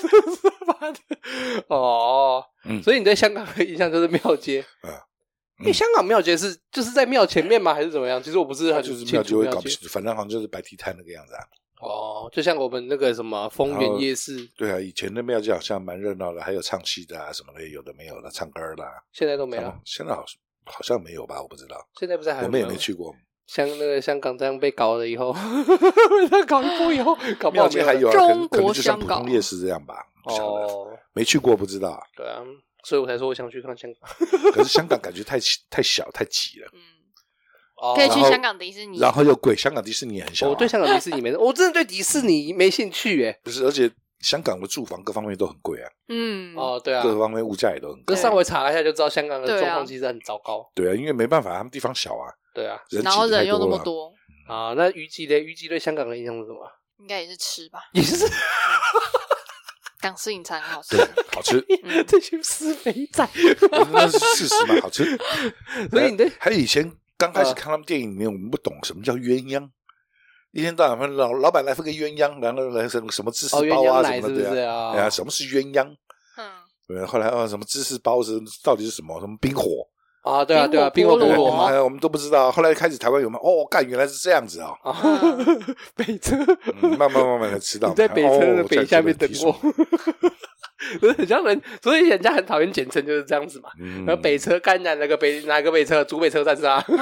A: 所以你对香港的印象就是庙街因为香港庙街就是在庙前面吗？还是怎么样？其实我不是很
B: 就是庙街会搞不清楚，反正好像就是摆地摊那个样子啊。
A: 就像我们那个什么丰原夜市，
B: 对啊，以前的庙街好像蛮热闹的，还有唱戏的啊什么的，有的没有的，唱歌的，
A: 现在都没了。
B: 现在好像没有吧，我不知道。
A: 现在不是还有？
B: 我们也没去过。
A: 像那个香港这样被搞了以后，他搞一波以后，搞不好
B: 庙街还有
C: 中国
B: 就像普通夜市这样吧。没去过不知道。
A: 对啊，所以我才说我想去看香港。
B: 可是香港感觉太小太挤了。
C: 可以去香港迪士尼，
B: 然后又贵。香港迪士尼也很小。
A: 我对香港迪士尼没，我真的对迪士尼没兴趣不
B: 是，而且香港的住房各方面都很贵啊。
A: 对啊，
B: 各方面物价也都很贵。
A: 可是上回查了一下就知道，香港的状况其实很糟糕。
B: 对啊，因为没办法，他们地方小啊。
A: 对啊，
C: 然后人又那么多
A: 那虞姬对香港的印象是什么？
C: 应该也是吃吧，
A: 也是。
C: 港式饮茶很好吃，
B: 好吃。
A: 这群死肥仔，
B: 那是事实嘛，好吃。
A: 所以你对
B: 还有以前刚开始看他们电影里面，我们不懂什么叫鸳鸯，一天到晚老板来分个鸳鸯，然后来什么芝士包啊什么的，什么是鸳鸯？后来什么芝士包是到底是什么？什么冰火？
A: 对啊，冰火菠萝
B: 我们都不知道。后来开始台湾有没有？干，原来是这样子啊！
A: 北车，
B: 慢慢的吃到。
A: 你在北车的北下面等我。很像人，所以人家很讨厌简称，就是这样子嘛。然后北车干哪个北车？竹北车站是吧？是。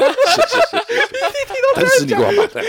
B: 但是你给我买的。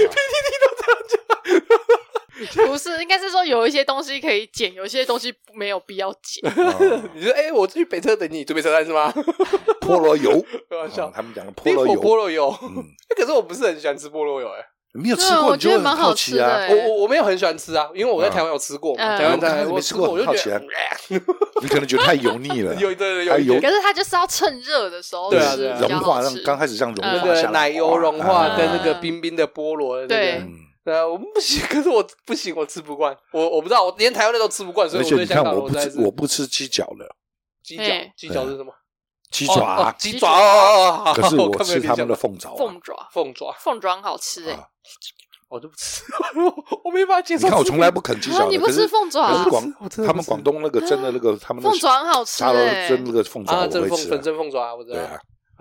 C: 不是，应该是说有一些东西可以剪，有一些东西没有必要剪。
A: 你说我去北车等你，竹北车站是吗？
B: 菠萝油，
A: 他
B: 们讲的菠萝油。
A: 可是我不是很喜欢吃菠萝油
B: 你有吃过？
C: 我觉得蛮好吃的。
A: 我没有很喜欢吃啊，因为我在台湾有吃过嘛。台湾
B: 没吃过，我就好奇啊。你可能觉得太油腻了。
A: 有。
C: 可是它就是要趁热的时候吃，
B: 融化，让刚开始这样融化下来，
A: 奶油融化跟那个冰冰的菠萝。
C: 对。
A: 我不行，可是我不行，我吃不惯。我不知道，我连台湾的都吃不惯，所以我对香港
B: 我不吃鸡脚的。
A: 鸡脚是什么？
B: 鸡爪。
A: 鸡爪。
B: 可是我吃他们的凤爪。
C: 凤爪很好吃
A: 我都不吃，我没办法接受。
B: 你看我从来不啃鸡脚，
C: 你不吃凤爪？
B: 可是他们广东那个蒸的那个，他们
C: 凤爪很好吃，
B: 蒸那个凤爪我会吃。
A: 蒸凤爪我知道。
B: 对啊。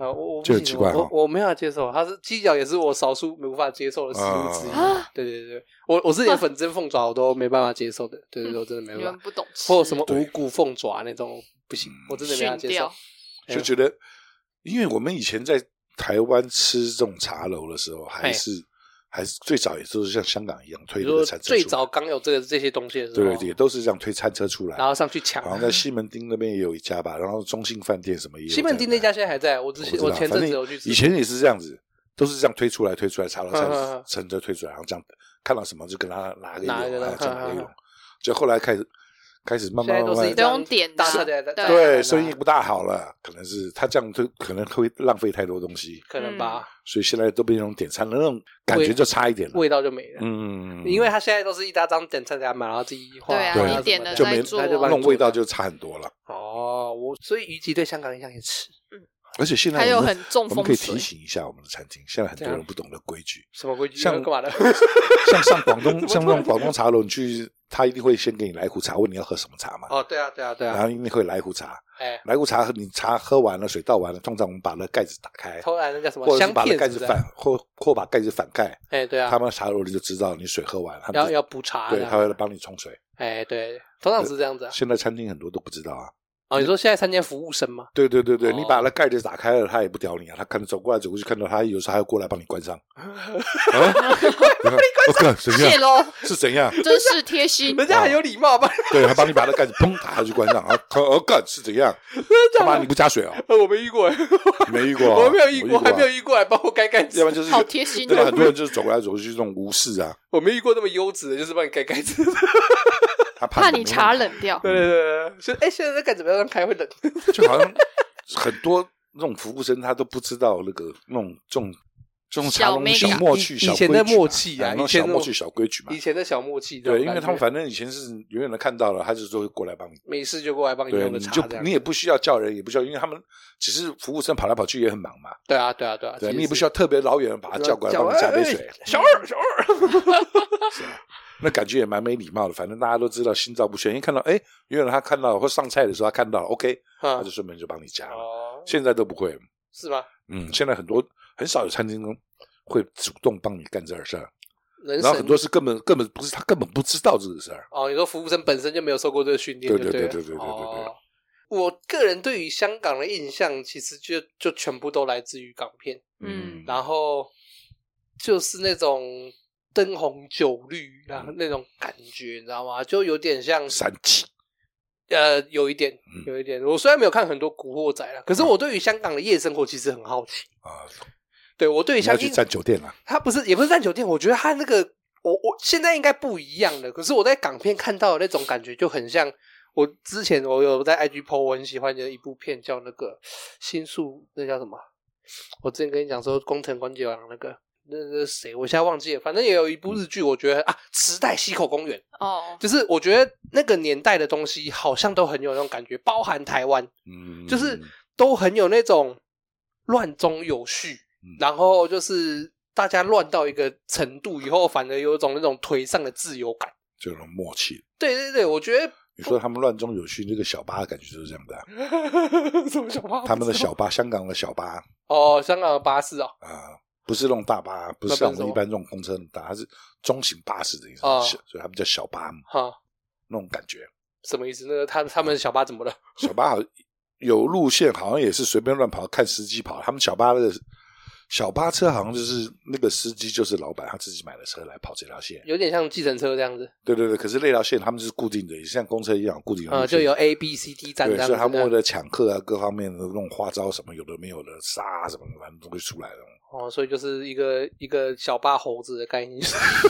A: 我
B: 就很奇怪
A: 我没法接受，它是鸡脚也是我少数无法接受的食物之一。对对对，我是连粉蒸凤爪我都没办法接受的，对对对，我真的没办法。
C: 你们不懂吃，
A: 或者什么五谷凤爪那种不行，我真的没办法接受。
B: 就觉得，因为我们以前在台湾吃这种茶楼的时候，还是最早也都是像香港一样推这个餐车出来，
A: 最早刚有这些东西的时候，
B: 对，也都是这样推餐车出来，
A: 然后上去抢。
B: 好像在西门町那边也有一家吧，然后中信饭店什么也有。
A: 西门町那家现在还在，我前阵子有去吃。
B: 以前也是这样子，都是这样推出来，茶楼餐车推出来，然后这样看到什么就跟他拿个一笼，再拿个一笼，就后来开始慢慢
C: 都用点的，
B: 对，生意不大好了，可能是他这样可能会浪费太多东西，
A: 可能吧。
B: 所以现在都变成点餐了，那种感觉就差一点了，
A: 味道就没了。因为他现在都是一大张点餐给他买，然后自己画，
C: 对，你点的
B: 就没那种味道就差很多了。
A: 所以虞姬对香港印象也吃。
B: 而且现在
C: 还有很重风水，
B: 我们可以提醒一下我们的餐厅，现在很多人不懂得规矩。
A: 什么规矩？
B: 像
A: 干嘛的？
B: 像上广东，像那种广东茶楼，你去，他一定会先给你来壶茶，问你要喝什么茶嘛。
A: 对啊。
B: 然后一定会来壶茶，来壶茶，你茶喝完了，水倒完了，通常我们把那盖子打开，
A: 偷来那叫什么？
B: 或者是把那盖子或把盖子反盖。
A: 对啊。
B: 他们茶楼里就知道你水喝完了，
A: 要补茶。
B: 对，他会帮你冲水。
A: 对，通常是这样子。
B: 现在餐厅很多都不知道啊。
A: 你说现在餐厅服务生吗？
B: 对，你把那盖子打开了，他也不屌你啊，他看着走过去看到他，有时候还要过来帮你关上。帮你关上，谢
C: 喽，
B: 是怎样？
C: 真是贴心，
A: 人家很有礼貌吧？
B: 对，还帮你把那盖子砰打下去关上啊！干是怎样？他妈你不加水哦？
A: 我没遇过，
B: 没遇过，
A: 我没有遇过，还没有遇过来帮我盖盖子，
B: 要不然就是
C: 好贴心。
B: 对，很多人就是走来走去这种无视啊。
A: 我没遇过那么优质的，就是帮你盖盖子。
B: 怕
C: 你茶冷掉。
A: 对，现在在盖怎么样开会冷？
B: 就好像很多那种服务生他都不知道这种茶楼小默契、
A: 以前的默契啊，
B: 以前的默契小规矩嘛，
A: 以前的小默契。
B: 对，因为他们反正以前是远远的看到了，他就说会过来帮你，
A: 没事就过来帮你用的茶。
B: 你也不需要叫人，也不需要，因为他们只是服务生跑来跑去也很忙嘛。
A: 对啊，
B: 你也不需要特别老远把他叫过来帮你加杯水。
A: 小二，
B: 是啊。那感觉也蛮没礼貌的，反正大家都知道心照不宣，因为看到原来他看到或上菜的时候他看到 OK， 他就顺便就帮你加了。现在都不会，
A: 是吗？
B: 现在很少有餐厅会主动帮你干这事儿，然后很多是根本不是，他根本不知道这个事儿。
A: 你说服务生本身就没有受过这个训练，对。我个人对于香港的印象，其实就全部都来自于港片，然后就是那种灯红酒绿啊，那种感觉，你知道吗？就有点像
B: 三级，
A: 有一点。我虽然没有看很多古惑仔啦，可是我对于香港的夜生活其实很好奇啊。对，我对于香港，
B: 你要去占酒店啦，
A: 他也不是占酒店，我觉得他那个我现在应该不一样了。可是我在港片看到的那种感觉就很像。我之前我有在 IG po 我很喜欢的一部片叫那个新宿，那叫什么？我之前跟你讲说工藤官九郎那个。那谁？我现在忘记了。反正也有一部日剧，我觉得池袋西口公园就是我觉得那个年代的东西好像都很有那种感觉，包含台湾，就是都很有那种乱中有序，然后就是大家乱到一个程度以后，反而有一种那种颓丧的自由感，
B: 这种默契。
A: 对，我觉得
B: 你说他们乱中有序，那个小巴的感觉就是这样的
A: 什么小巴？
B: 他们的小巴，香港的小巴
A: 香港的巴士
B: 不是那种大巴，不是像我们一般这种公车很大，它是中型巴士的意思，所以他们叫小巴嘛，那种感觉。
A: 什么意思？那个他们小巴怎么了？
B: 小巴有路线，好像也是随便乱跑，看司机跑。他们小巴的小巴车好像就是那个司机就是老板，他自己买的车来跑这条线，
A: 有点像计程车这样子。对，
B: 可是那条线他们就是固定的，也像公车一样固定的。
A: 就有 A、B、C、D 站这样子。
B: 对，所以他们为了抢客啊，各方面的那种花招什么有的没有的杀什么的，反正都会出来的。
A: 所以就是一个小巴猴子的概念。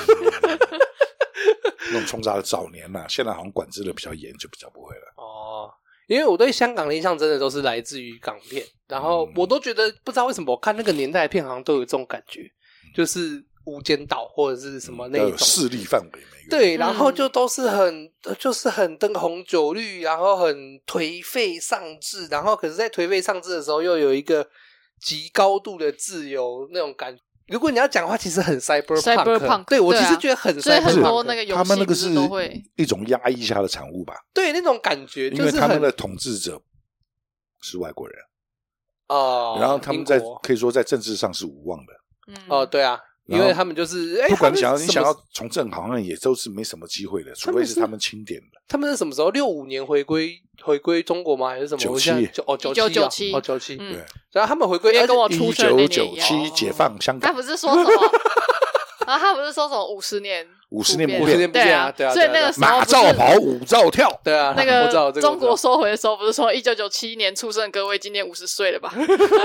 B: 那种冲杀的早年啊，现在好像管制的比较严，就比较不会了。
A: 因为我对香港的印象真的都是来自于港片，然后我都觉得不知道为什么我看那个年代的片好像都有这种感觉，就是无间道或者是什么那种
B: 势力范围，
A: 对，然后就都是就是很灯红酒绿，然后很颓废丧志，然后可是在颓废丧志的时候又有一个极高度的自由那种感觉。如果你要讲的话，其实很 cyberpunk， 对，我其实觉得很 cyberpunk，
C: 所以很多那个游戏
B: 他们那个是
C: 会
B: 一种压抑下的产物吧？
A: 对，那种感觉，
B: 因为他们的统治者是外国人
A: 哦，
B: 然后他们可以说在政治上是无望的。
A: 对啊，因为他们就是
B: 不管你想要从政，好像也都是没什么机会的，除非是他们钦点的。
A: 他们是什么时候？65年回归中国吗？还是什么？97，97，对。然后他们回归，
C: 跟我出生那年
B: 1997解放香港。
C: 他不是说什么？然后他不是说什么50年
B: 不
C: 变啊？对啊，所以那个时候
B: 马照跑，舞照跳，
A: 对啊。
C: 那个中国收回的时候，不是说1997年出生的各位今年50岁了吧？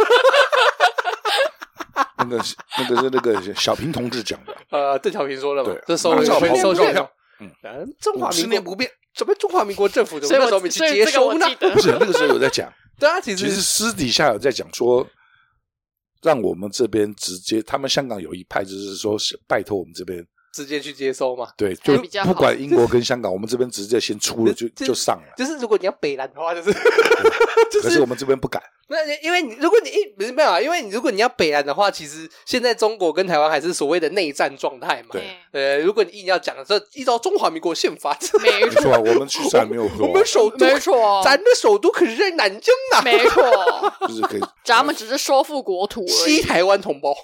B: 那个是那个小平同志讲的。
A: 邓小平说了嘛？这
B: 马照跑，舞照跳。
A: 中华民国不变，准备中华民国政府怎么
C: 那
A: 时候没去接收呢？
B: 不是那个时候有在讲。
A: 对啊，其
B: 实私底下有在讲说。让我们这边直接，他们香港有一派就是说，拜托我们这边
A: 直接去接收嘛。
B: 对，就不管英国跟香港，我们这边直接先出了就上了。
A: 就是如果你要北兰的话，就是
B: 可是我们这边不敢。
A: 那因为如果你没有啊，因为如果你要北兰的话，其实现在中国跟台湾还是所谓的内战状态嘛。
B: 对，
A: 如果你硬要讲的这依照中华民国宪法，
B: 没错，我们去山没有错。
A: 我们首都
C: 没错，
A: 咱的首都可是在南京呐。
C: 没错，
B: 就是可以，
C: 咱们只是收复国土而已。
A: 西台湾同胞。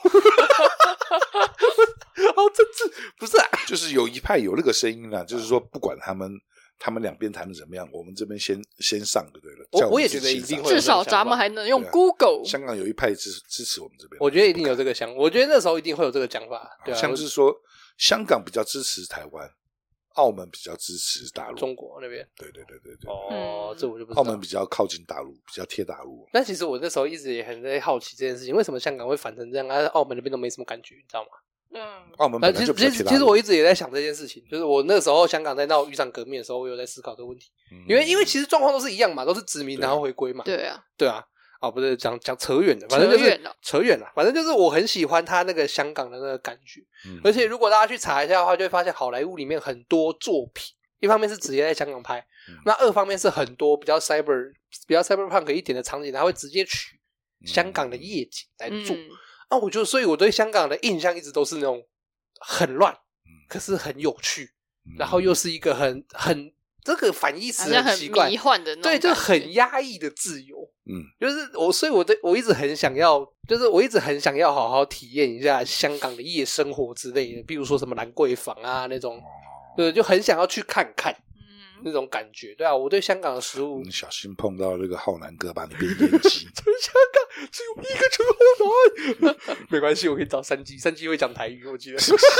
A: 政治不是啊，
B: 就是有一派有那个声音啦，就是说不管他们两边谈的怎么样，我们这边先上就对了。
A: 我也觉得一定会，
C: 至少咱们还能用 Google。
B: 香港有一派支持我们这边，
A: 我觉得一定有这个想，我觉得那时候一定会有这个讲法。对啊，
B: 像是说香港比较支持台湾，澳门比较支持大陆，
A: 中国那边。
B: 对。
A: 这我就不知道。
B: 澳门比较靠近大陆，比较贴大陆。
A: 但其实我那时候一直也很在好奇这件事情，为什么香港会反成这样，而澳门那边都没什么感觉，你知道吗？
B: 澳门本来就比较贴大陆。
A: 其实我一直也在想这件事情，就是我那时候香港在闹渔场革命的时候，我有在思考这个问题。因为其实状况都是一样嘛，都是殖民然后回归嘛。对啊。不是讲扯远了，反正就是扯远了。反正就是我很喜欢他那个香港的那个感觉，而且如果大家去查一下的话，就会发现好莱坞里面很多作品，一方面是直接在香港拍，那二方面是很多比较 cyberpunk 一点的场景，他会直接取香港的夜景来做。所以我对香港的印象一直都是那种很乱，可是很有趣，然后又是一个很这个反义词很奇怪，
C: 迷幻的那种，
A: 对，就很压抑的自由。就是所以我一直很想要，就是我一直很想要好好体验一下香港的夜生活之类的，比如说什么兰桂坊啊那种，对，就很想要去看看。那种感觉，对啊，我对香港的食物，
B: 你小心碰到那个浩南哥把你变烟机。
A: 香港只有一个陈浩南，没关系，我可以找三基会讲台语，我记得。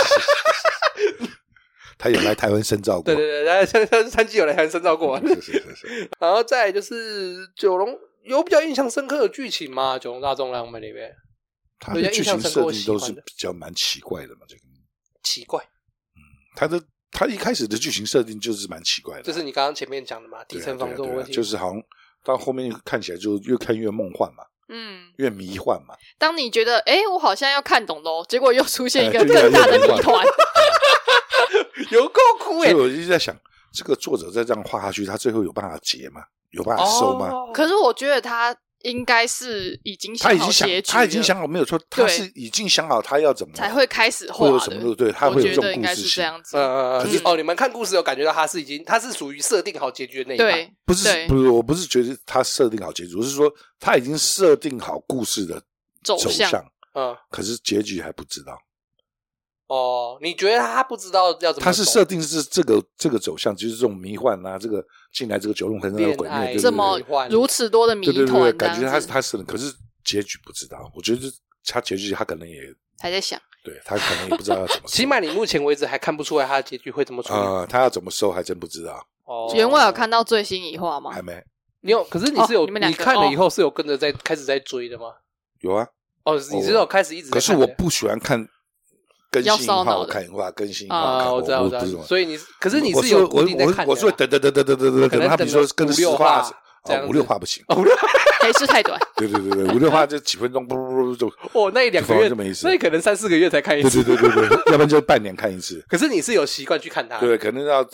B: 他有来台湾深造过，
A: 对，三基有来台湾深造过。
B: 是。
A: 然后再来就是九龙有比较印象深刻的剧情吗？九龙大众浪漫里面，
B: 他的剧情设定都是比较蛮奇怪的嘛，这个
A: 奇怪，
B: 他一开始的剧情设定就是蛮奇怪的，
A: 就是你刚刚前面讲的嘛，底层房东问题，
B: 就是好像到后面看起来就越看越梦幻嘛，越迷幻嘛。
C: 当你觉得我好像要看懂咯，结果又出现一个更大的谜团，
A: 有够酷
B: 所以我一直在想，这个作者再这样画下去，他最后有办法结吗？有办法收吗？
C: 可是我觉得他应该是已经想好结局了，
B: 他已经想好没有错，他是已经想好他要怎么
C: 才会开始画的，
B: 会有什么对，他会有这种故事性。我觉得
C: 应该是这样子。
A: 可是你们看故事有感觉到他是属于设定好结局的那一派，
B: 不是，我不是觉得他设定好结局，我是说他已经设定好故事的走向，可是结局还不知道。
A: 你觉得他不知道要怎么走？
B: 他是设定是这个走向，就是这种迷幻啊，这个进来这个九龙城的鬼灭，
C: 这么如此多的谜团，
B: 对，感觉他是，可是结局不知道。我觉得他结局他可能也
C: 还在想，
B: 对他可能也不知道要怎么收。
A: 起码你目前为止还看不出来他的结局会怎么处理
B: 他要怎么收还真不知道。
C: 员外有看到最新一话吗？
B: 还没。
A: 可是你是有你看了以后是有跟着开始在追的吗？
B: 有啊。
A: 你是有开始一直在看的。
B: 可是我不喜欢看。更新一话我看一话，更新一话看，
A: 我知道。所以
B: 可
A: 是你是有固定在看的。
B: 我说等，他比如说跟10话，5-6话不行，
C: 还是太短。
B: 对，5-6话就几分钟，不就
A: 那1-2个月就没意思，那可能3-4个月才看一次。
B: 对，要不然就半年看一次。
A: 可是你是有习惯去看它，
B: 对，可能要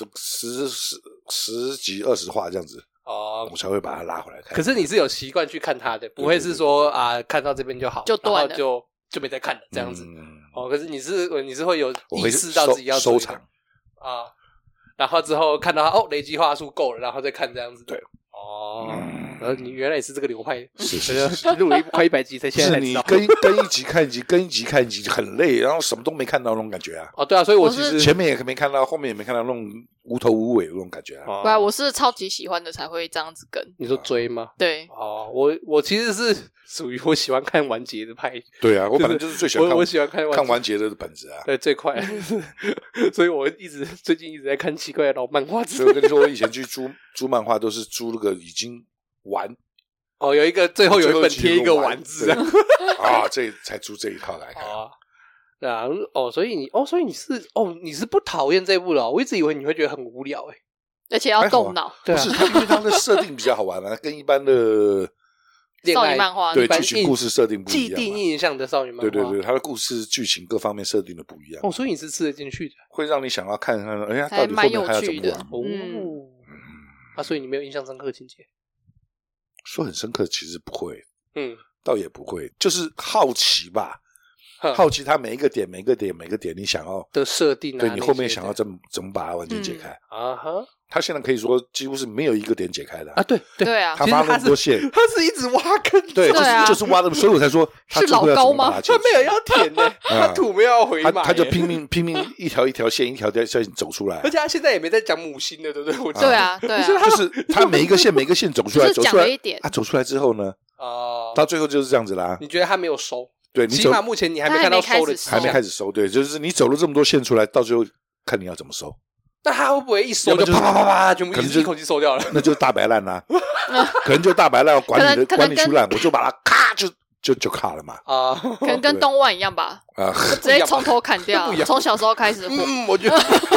B: 10几20话这样子。我才会把它拉回来看。
A: 可是你是有习惯去看它的，不会是说看到这边就好，
C: 就断了，
A: 就没再看了这样子。可是你是会有意识到自己要
B: 收藏
A: 然后之后看到累积话数够了，然后再看这样子。
B: 对，
A: 然后你原来也是这个流派，
B: 是
A: 录了快100集才现在才知道。
B: 是你跟一集看一集，跟一集看一集很累，然后什么都没看到那种感觉啊。
A: 哦，对啊，所以我其实
B: 前面也没看到，后面也没看到那种无头无尾的那种感觉啊。
C: 对啊，我是超级喜欢的才会这样子跟。
A: 你说追吗？
C: 对。
A: 哦，我其实是属于我喜欢看完结的派。
B: 对啊，我本来就是最喜欢看
A: 我喜欢看
B: 完结的本子啊。
A: 对，最快。所以我最近一直在看奇怪的老漫画。
B: 所以我跟你说，我以前去租漫画都是租那个已经完。
A: 哦，有一个最后有一本贴一个完字
B: 啊，这才租这一套来看。
A: 对啊，所以你是不讨厌这部的。我一直以为你会觉得很无聊
C: 而且要动脑。
A: 对啊，
B: 不是，因为它的设定比较好玩啊，跟一般的
C: 少女漫画
B: 对剧情故事设定不一样。
A: 既定印象的少女漫画，
B: 对，它的故事剧情各方面设定的不一样。
A: 所以你是吃得进去的，
B: 会让你想要看看，哎呀，到底后面还要怎么
A: 玩？所以你没有印象深刻情节？
B: 说很深刻，其实不会，倒也不会，就是好奇吧，好奇它每一个点，你想要
A: 的设定啊，
B: 对你后面想要怎么把它完全解开啊哈。他现在可以说几乎是没有一个点解开的
A: 啊，对
C: 啊，
B: 他挖那么多线，
A: 他是一直挖坑，
B: 对，就是挖的，所以我才说
C: 是老高吗？
A: 他没有要填的，他土没有要回买，
B: 他就拼命一条线一条线走出来，
A: 而且他现在也没在讲母星的，对不对？
C: 对啊，
B: 就是他每一个线走出来，
C: 走出来一点，
B: 他走出来之后呢，到最后就是这样子啦。
A: 你觉得他没有收？
B: 对，
A: 起码目前你还没看到收的，
B: 还没开始收，对，就是你走了这么多线出来，到最后看你要怎么收。
A: 那他会不会一收就啪啪啪啪，全部一口气收掉了？
B: 那就是大白烂啦，可能就大白烂，管你出烂，我就把它咔就卡了嘛。
C: 可能跟东莞一样吧，直接从头砍掉，从小时候开始。
A: 我觉得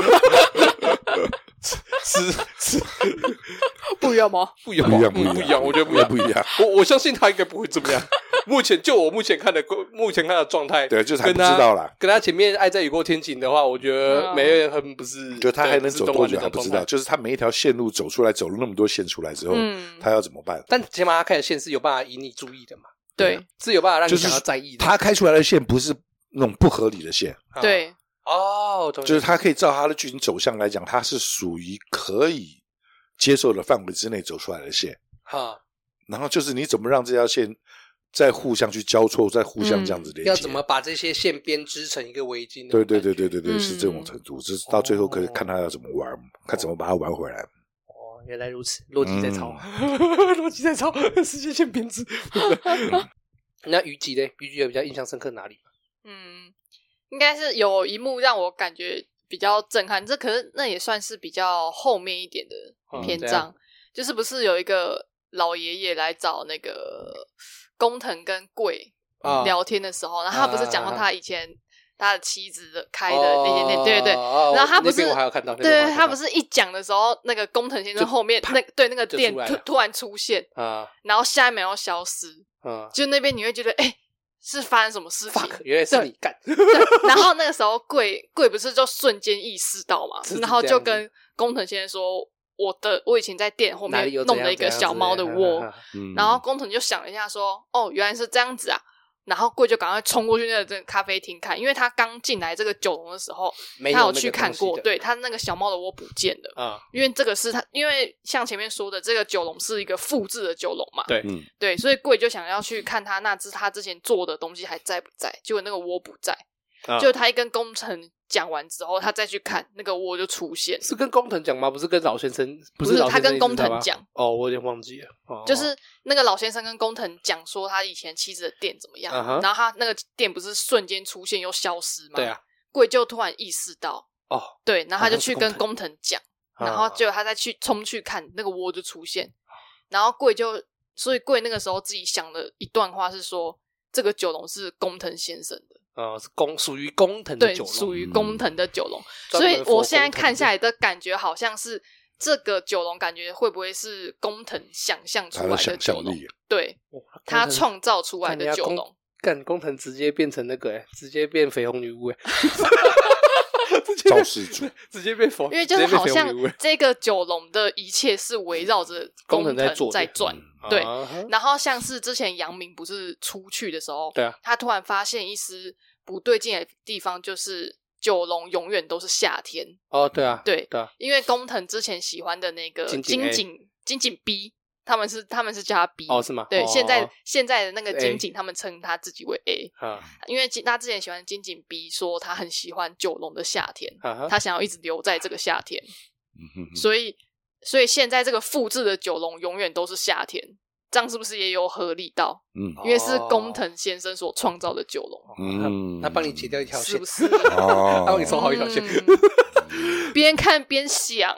A: 是
C: 不一样吗？
A: 不一样，我觉得不一样。我相信他应该不会这么样。我目前看的状态，
B: 对，就是还不知道啦。
A: 跟他前面《爱在雨过天晴》的话，我觉得梅艳亨不是，
B: 就他还能走多久还不知道。就是他每一条线路走出来，走了那么多线出来之后，他要怎么办？
A: 但起码他开的线是有办法引你注意的嘛？
C: 对，
A: 是有办法让你想要在意的。
B: 他开出来的线不是那种不合理的线，
C: 对，
B: 就是他可以照他的剧情走向来讲，他是属于可以接受的范围之内走出来的线。然后就是你怎么让这条线再互相去交错，再互相这样子连接，
A: 要怎么把这些线编织成一个围巾？
B: 对，是这种程度。就是到最后可以看他要怎么玩，看怎么把它玩回来。
A: 原来如此，逻辑在抄，世界线编织。那虞姬呢？虞姬有比较印象深刻哪里？
C: 应该是有一幕让我感觉比较震撼，可是那也算是比较后面一点的篇章，就是不是有一个老爷爷来找那个工藤跟贵聊天的时候，然后他不是讲到他以前他的妻子开的那间店，对，然后他不是
A: 我还有看到，
C: 对，他不是一讲的时候，那个工藤先生后面那个店突然出现然后下一秒又消失，就那边你会觉得是发生什么事情？
A: 原来是你干。
C: 然后那个时候贵不是就瞬间意识到嘛，然后就跟工藤先生说。我以前在店后面弄了一个小猫的窝，然后工藤就想了一下说，原来是这样子啊，然后贵就赶快冲过去那个咖啡厅看，因为他刚进来这个酒楼的时候，他有去看过，对，他那个小猫的窝不见了，因为这个是他，因为像前面说的，这个酒笼是一个复制的酒笼嘛，对，所以贵就想要去看他那只他之前做的东西还在不在，结果那个窝不在，就他一跟工藤讲完之后，他再去看那个窝就出现，
A: 是跟工藤讲吗？不是跟老先生？
C: 不是他跟工藤讲。
A: 我有点忘记了。
C: 就是那个老先生跟工藤讲说他以前妻子的店怎么样，然后他那个店不是瞬间出现又消失吗？
A: 对啊，
C: 贵就突然意识到对，然后他就去跟工藤讲，然后结果他再去冲去看那个窝就出现，然后所以贵那个时候自己想了一段话是说，这个酒笼是工藤先生的。
A: 是属于工藤的酒笼，
C: 对，属于工藤的酒笼，所以我现在看下来的感觉好像是这个酒笼，感觉会不会是工藤想象出来的酒笼？对，他创造出来的酒笼。
A: 干工藤直接变成那个直接变绯红女巫
B: 肇事主
A: 直接变绯，
C: 因为就是好像这个酒笼的一切是围绕着工藤在转。对，然后像是之前阳明不是出去的时候，
A: 对啊，
C: 他突然发现一丝不对劲的地方，就是酒笼永远都是夏天。
A: 对啊，
C: 对，因为工藤之前喜欢的那个金井 B， 他们是叫他 B
A: 是吗？
C: 对，现在的那个金井他们称他自己为 A，因为他之前喜欢金井 B 说他很喜欢九龙的夏天，他想要一直留在这个夏天，所以现在这个复制的九龙永远都是夏天，这样是不是也有合理到？因为是工藤先生所创造的九龙，
A: 他帮你解掉一条线，
C: 是不是？
A: 他帮你收好一条线，
C: 边看边想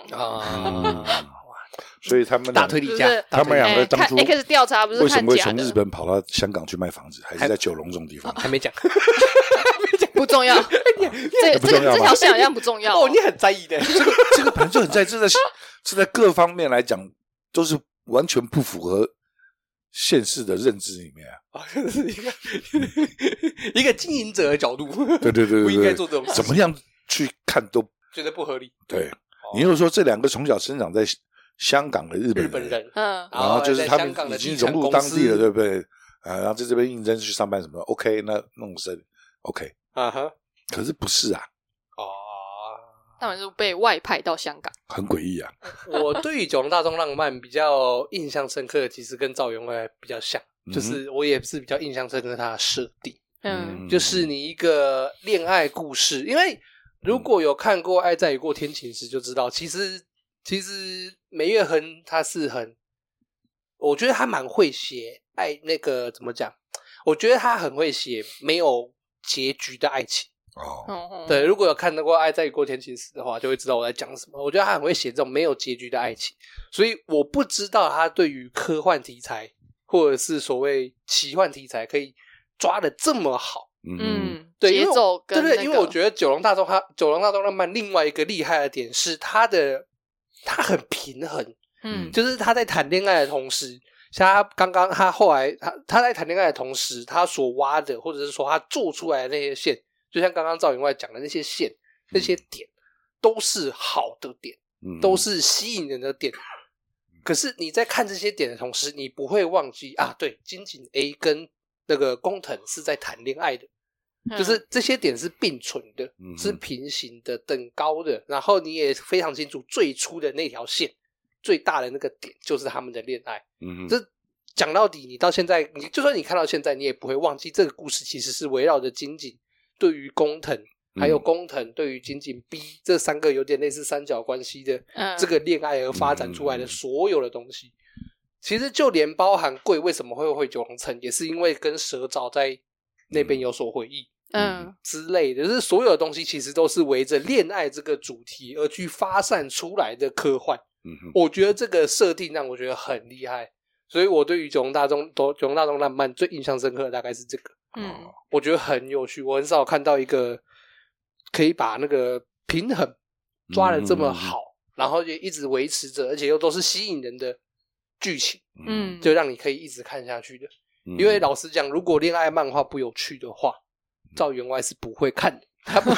B: 所以他们
A: 大推理家，
B: 他们两个当初
C: X 调查不是
B: 为什么会从日本跑到香港去卖房子，还是在九龙这种地方？
A: 还没讲，
C: 不重要。这条线好像不重要
A: 哦，你很在意的。
B: 这个本来就很在意，这在各方面来讲都是完全不符合现实的认知里面
A: 这是一个经营者的角度，
B: 对，
A: 不应该做这种事，
B: 怎么样去看都
A: 觉得不合理。
B: 对，你又说这两个从小生长在香港的日本人，
A: 然
B: 后就是他们已经融入当地了，对不对？然后在这边应征去上班什么 ，OK， 那弄生 OK， 可是不是啊？
C: 他们是被外派到香港，
B: 很诡异啊！
A: 我对于九龙大众浪漫比较印象深刻的，其实跟赵员外比较像，就是我也是比较印象深刻他的设定，就是你一个恋爱故事，因为如果有看过《爱在雨过天晴时》就知道，其实梅月亨他是我觉得他蛮会写爱，那个怎么讲？我觉得他很会写没有结局的爱情。对，如果有看到过《爱在雨过天晴时》的话，就会知道我在讲什么。我觉得他很会写这种没有结局的爱情，所以我不知道他对于科幻题材或者是所谓奇幻题材可以抓得这么好。对，
C: 节奏跟
A: 对，因为我觉得九龙大众浪漫另外一个厉害的点是他很平衡，就是他在谈恋爱的同时，像他后来他在谈恋爱的同时，他所挖的或者是说他做出来的那些线。就像刚刚赵员外讲的那些线那些点都是好的点，都是吸引人的点，可是你在看这些点的同时，你不会忘记对，金井 A 跟那个工藤是在谈恋爱的，就是这些点是并存的，是平行的等高的，然后你也非常清楚最初的那条线最大的那个点就是他们的恋爱。这讲到底你到现在就算你看到现在，你也不会忘记这个故事其实是围绕着金井对于工藤还有工藤对于金井 B 这三个有点类似三角关系的这个恋爱而发展出来的所有的东西。其实就连包含贵为什么会回九龙城，也是因为跟蛇沼在那边有所回忆之类的，就是所有的东西其实都是围着恋爱这个主题而去发散出来的科幻。我觉得这个设定让我觉得很厉害，所以我对于九龙大众浪漫最印象深刻的大概是这个。我觉得很有趣，我很少看到一个可以把那个平衡抓得这么好，然后也一直维持着，而且又都是吸引人的剧情，就让你可以一直看下去的。因为老实讲，如果恋爱漫画不有趣的话，赵员外是不会看的，他不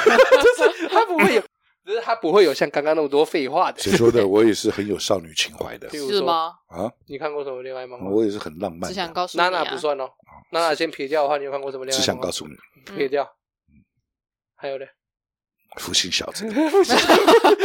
A: 会有像刚刚那么多废话的。
B: 谁说的？我也是很有少女情怀的。
C: 是吗？
A: 你看过什么恋爱漫画？
B: 我也是很浪漫的。
C: 只想告诉你
A: 娜娜不算哦，娜娜先撇掉的话，你有看过什么恋爱漫画？
B: 只想告诉你，
A: 撇掉。还有呢？
B: 福星小子，
A: 福星小子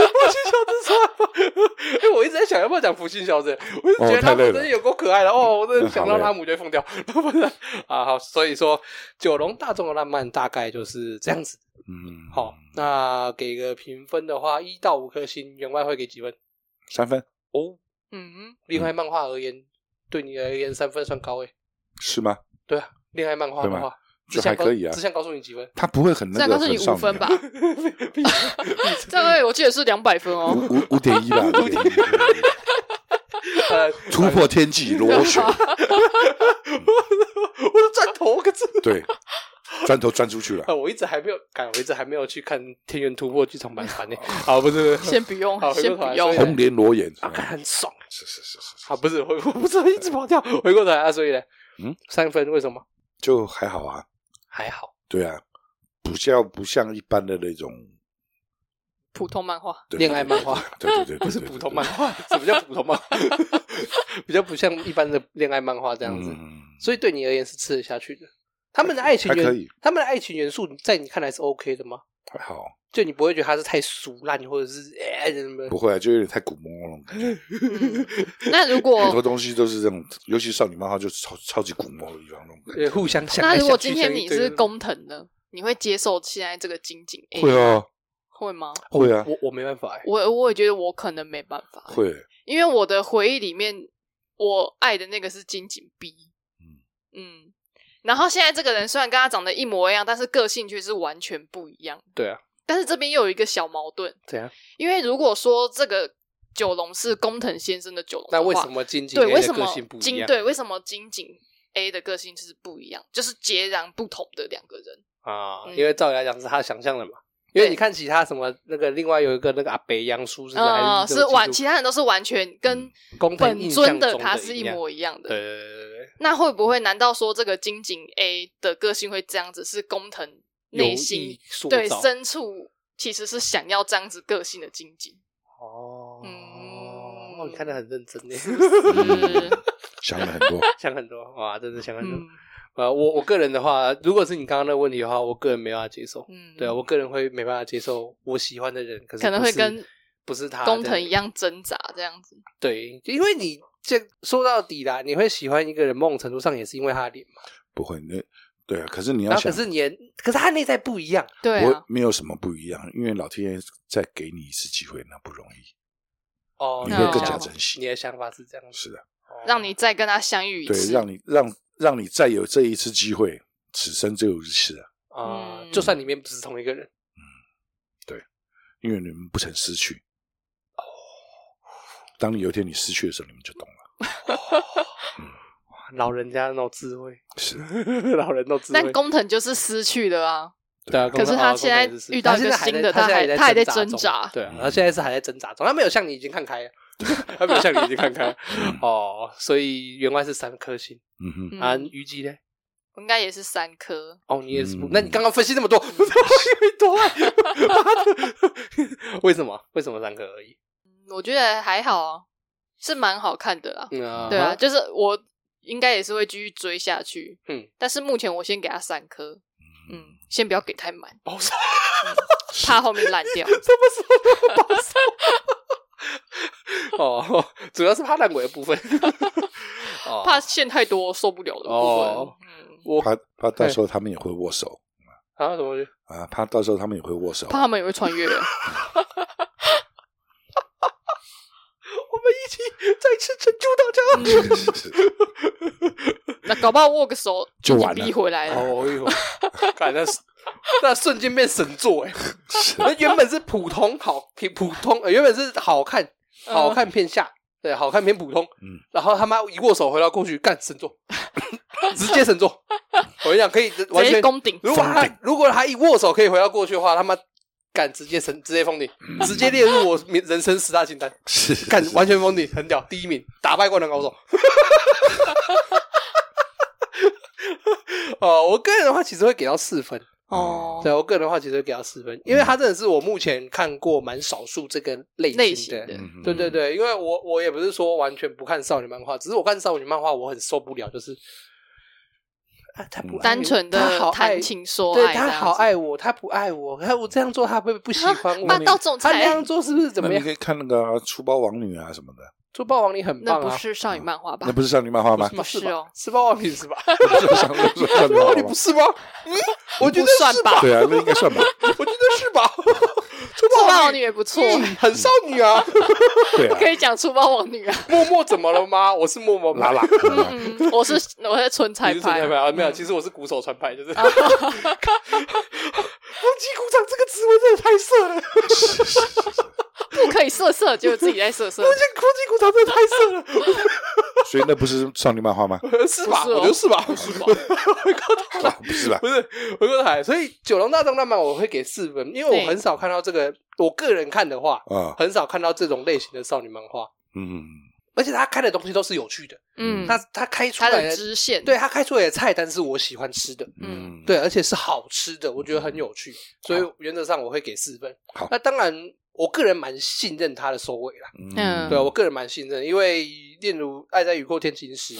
A: 我一直在想要不要讲福星小子，我一直觉得他们真的有够可爱的我真的想到拉姆就会疯掉。好，所以说九龙大众的浪漫大概就是这样子。好，那给个评分的话，1到5颗星，员外会给几分
B: ？3分。
A: 恋爱漫画而言，对你而言3分算高
B: 是吗？
A: 对啊，恋爱漫画的话
B: 就还可以啊。
A: 只想告诉你几分？
B: 他不会很那个，
C: 只想告诉你5分吧？这样我记得是200分哦
B: ，5.1吧，5.1。突破天际螺旋，我
A: 的砖头可是
B: 对。砖头钻出去了。
A: 我一直还没有去看《天元突破》剧场版团呢。好，不是，
C: 先不用，先不用。
B: 红莲裸眼，
A: 很爽。
B: 是。
A: 好，不是，我不知道一直跑掉，回过头来所以呢，3分为什么？
B: 就还好啊，
A: 还好。
B: 对啊，不像一般的那种
C: 普通漫画、
A: 恋爱漫画。
B: 对，
A: 不是普通漫画。什么叫普通漫画？比较不像一般的恋爱漫画这样子，所以对你而言是吃得下去的。他们的爱情元素在你看来是 OK 的吗？
B: 还好，
A: 就你不会觉得他是太俗烂，或者是
B: 不会啊，就有点太古魔那种感
C: 觉。那如果
B: 很多东西都是这种，尤其少女漫画就超级古魔的地方那种感觉，
A: 互相想。
C: 那如果今天你是工藤呢？你会接受现在这个金井 A？
B: 会啊，
C: 会吗？
B: 会啊，
A: 我没办法
C: 我也觉得我可能没办法
B: 会，
C: 因为我的回忆里面，我爱的那个是金井 B。然后现在这个人虽然跟他长得一模一样，但是个性却是完全不一样。
A: 对啊，
C: 但是这边又有一个小矛盾。
A: 怎样？
C: 因为如果说这个九龙是工藤先生的九龙，
A: 那为什么金井 A 的个性不一样？
C: 对，为什么金井 A 的个性就是不一样，就是截然不同的两个人
A: 啊？因为照理来讲是他想象的嘛。因为你看其他什么那个，另外有一个那个阿北杨叔是
C: 其他人都是完全跟本尊的他是一模一样的。
A: 对。
C: 那会不会难道说这个金井 A 的个性会这样子，是工藤内心对深处其实是想要这样子个性的金井？
A: 你看得很认真耶，
B: 想了很多，
A: 想很多，哇，真的想很多。我个人的话，如果是你刚刚那个问题的话，我个人没办法接受。对啊，我个人会没办法接受我喜欢的人，可
C: 能会跟
A: 不是他
C: 工藤一样挣扎这样子。
A: 对，因为你说到底啦，你会喜欢一个人，某种程度上也是因为他的脸嘛。
B: 不会，对啊。可是你要想，
A: 可是他内在不一样。
C: 对啊，
B: 没有什么不一样，因为老天爷再给你一次机会，那不容易。你会更加珍惜。
A: 你的想法是这样子。
B: 是的，
C: 让你再跟他相遇一次。
B: 对，让你再有这一次机会，此生只有一次
A: 啊！就算里面不是同一个人，
B: 对，因为你们不曾失去。当你有一天你失去的时候，你们就懂了。
A: 老人家那种智慧
B: 是，
A: 老人那种智慧。
C: 但工藤就是失去了啊，
A: 对啊。
C: 可是他现在遇到一个新的，他还在挣扎。
A: 对啊，他现在是还在挣扎中，他没有像你已经看开了。他没有像你已经看开所以员外是3颗星。虞姬呢？
C: 应该也是3颗。
A: 你也是不？那你刚刚分析那么多，多爱，为什么3颗而已？
C: 我觉得还好啊，是蛮好看的啦。对啊，就是我应该也是会继续追下去。但是目前我先给他3颗。先不要给太满，
A: 保守，
C: 怕后面烂掉。
A: 什么时候保守？主要是怕烂尾的部分，
C: 怕线太多受不了的部
B: 分。怕到时候他们也会握手
A: 啊？什么？
B: 怕到时候他们也会握手，
C: 怕他们也会穿越。
A: 我们一起再次拯救大
C: 家。那搞不好握个手
B: 就完了，
C: 逼回来了。
A: 看那瞬间变神作那原本是普通原本是好看偏下，对，好看偏普通。然后他妈一握手回到过去，干神作，直接神作。我跟你讲，可以完全
C: 攻顶。
A: 如果他一握手可以回到过去的话，他妈干直接封顶，直接列入我人生10大清单。干完全封顶，很屌，第1名，打败灌篮高手。我个人的话其实会给到4分。对，我个人的话其实会给到4分，因为他真的是我目前看过蛮少数这个类型的。对，因为我也不是说完全不看少女漫画，只是我看少女漫画我很受不了，就是他不
C: 单纯的谈情说
A: 爱，对，他好爱我，他不爱我，我这样做他会不喜欢我，
C: 霸道总裁，
A: 他那样做是不是怎么样？
B: 你可以看那个粗暴王女啊什么的。
A: 粗暴王女很棒啊，
C: 那不是少女漫画吧？
B: 那不是少女漫画吗？
C: 不是哦，
A: 粗暴王女是吧？
B: 粗
A: 暴王女不是吗？我觉得
C: 算吧。
B: 对啊，那应该算吧。
A: 我觉得是吧？粗
C: 暴王女也不错，
A: 很少女啊。
B: 对啊，
C: 可以讲粗暴王女啊。
A: 默默怎么了吗？我是默默
B: 拉拉。
C: 我是纯彩派
A: 啊，没有，其实我是鼓手传派，就是。风纪鼓掌这个词汇真的太色了。
C: 不可以色，就自己在色。
A: 风纪鼓掌真的太色了。
B: 所以那不是少女漫画吗？
A: 是吧？我觉得是吧？
C: 不是吧？
B: 不是吧？
A: 不是，回过头来，所以《九龙大动乱漫》我会给4分，因为我很少看到这个。我个人看的话，很少看到这种类型的少女漫画。而且他开的东西都是有趣的。他开出来
C: 的支线，
A: 对，他开出来的菜单是我喜欢吃的。对，而且是好吃的，我觉得很有趣，所以原则上我会给4分。
B: 好，
A: 那当然。我个人蛮信任他的收尾啦，对，我个人蛮信任，因为例如《爱在雨过天晴时》，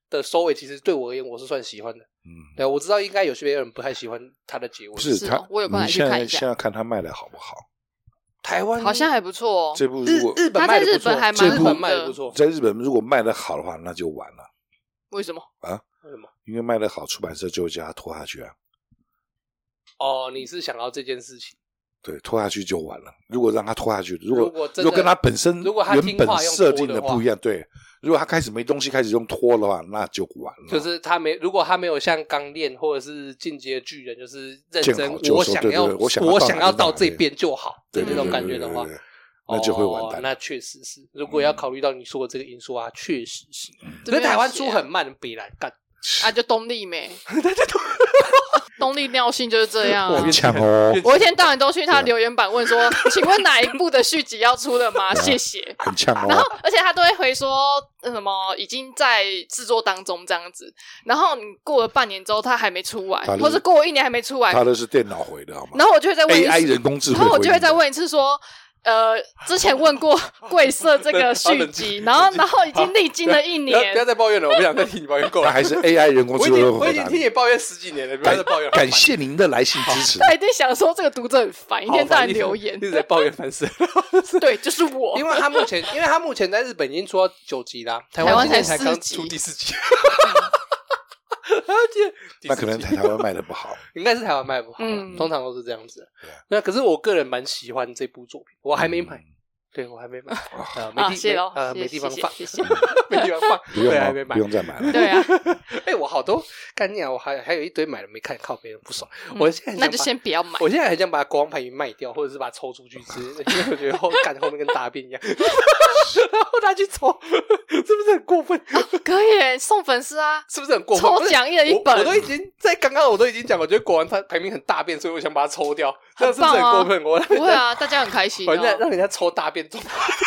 A: 的收尾，其实对我而言我是算喜欢的。对，我知道应该有些人不太喜欢他的结尾。
B: 不是他，
C: 我有空来去看一下。
B: 现在看他卖的好不好？
A: 台湾
C: 好像还不错哦。
B: 这部如果
A: 日本卖的不错，
C: 还蛮红
A: 卖的不错。
B: 在日本如果卖的好的话，那就完了。
C: 为什么
B: 啊？
A: 为什么？
B: 因为卖的好，出版社就会叫他拖下去啊。
A: 哦，你是想到这件事情？
B: 对，拖下去就完了。如果让他拖下去，如果跟他本身
A: 原
B: 本设定的不一样，对，如果他开始没东西，开始用拖的话，那就完了。
A: 就是如果他没有像钢炼或者是进阶巨人，就是认真，我想要到这边就好，那种感觉的话，
B: 那就会完蛋。
A: 那确实是，如果要考虑到你说的这个因素啊，确实是。可是台湾出很慢，北来干
C: 啊，就东立没。东立尿性就是这样
B: 很强哦！
C: 我一天到晚都去他留言板问说：“请问哪一部的续集要出了吗？”谢谢。
B: 很强哦！
C: 然后，而且他都会回说什么已经在制作当中这样子。然后你过了半年之后，他还没出来，或是过了1年还没出来，
B: 他的是电脑回的好吗？
C: 然后我就会再问
B: AI 人工智慧，
C: 然后我就会再问一次说。之前问过贵社这个续集，然后已经历经了1年，
A: 不要再抱怨了，我不想再听你抱怨够了。
B: 他还是 AI 人工智慧，
A: 我已经听你抱怨10几年了，不要再抱怨了。
B: 感谢您的来信支持。
C: 他一定想说这个读者很烦，一天到晚留言，
A: 一直在抱怨烦死了。
C: 对，就是我。
A: 因为他目前在日本已经出到9集啦，台湾今年才刚出第4集。
B: 那可能台湾卖的不好，
A: 应该是台湾卖不好，通常都是这样子。那可是我个人蛮喜欢这部作品，我还没买，对我还没买，没地方放，没地方放，对，还没买，
B: 不用再买了。
C: 对啊，
A: 我好多干娘，我还有一堆买了没看，靠别人不爽。我现在
C: 那就先不要买。
A: 我现在很想把光盘卖掉，或者是把它抽出去之类的，因为我觉得后面跟大便一样，然后他去抽，是不是很过分？
C: 可以送粉丝啊，
A: 是不是很过分？
C: 抽奖1人1本，
A: 我都已经在刚刚我都已经讲，我觉得果然他排名很大便，所以我想把它抽掉，这样是不是很过分？我
C: 不会啊，大家很开心。
A: 反正让人家抽大便中。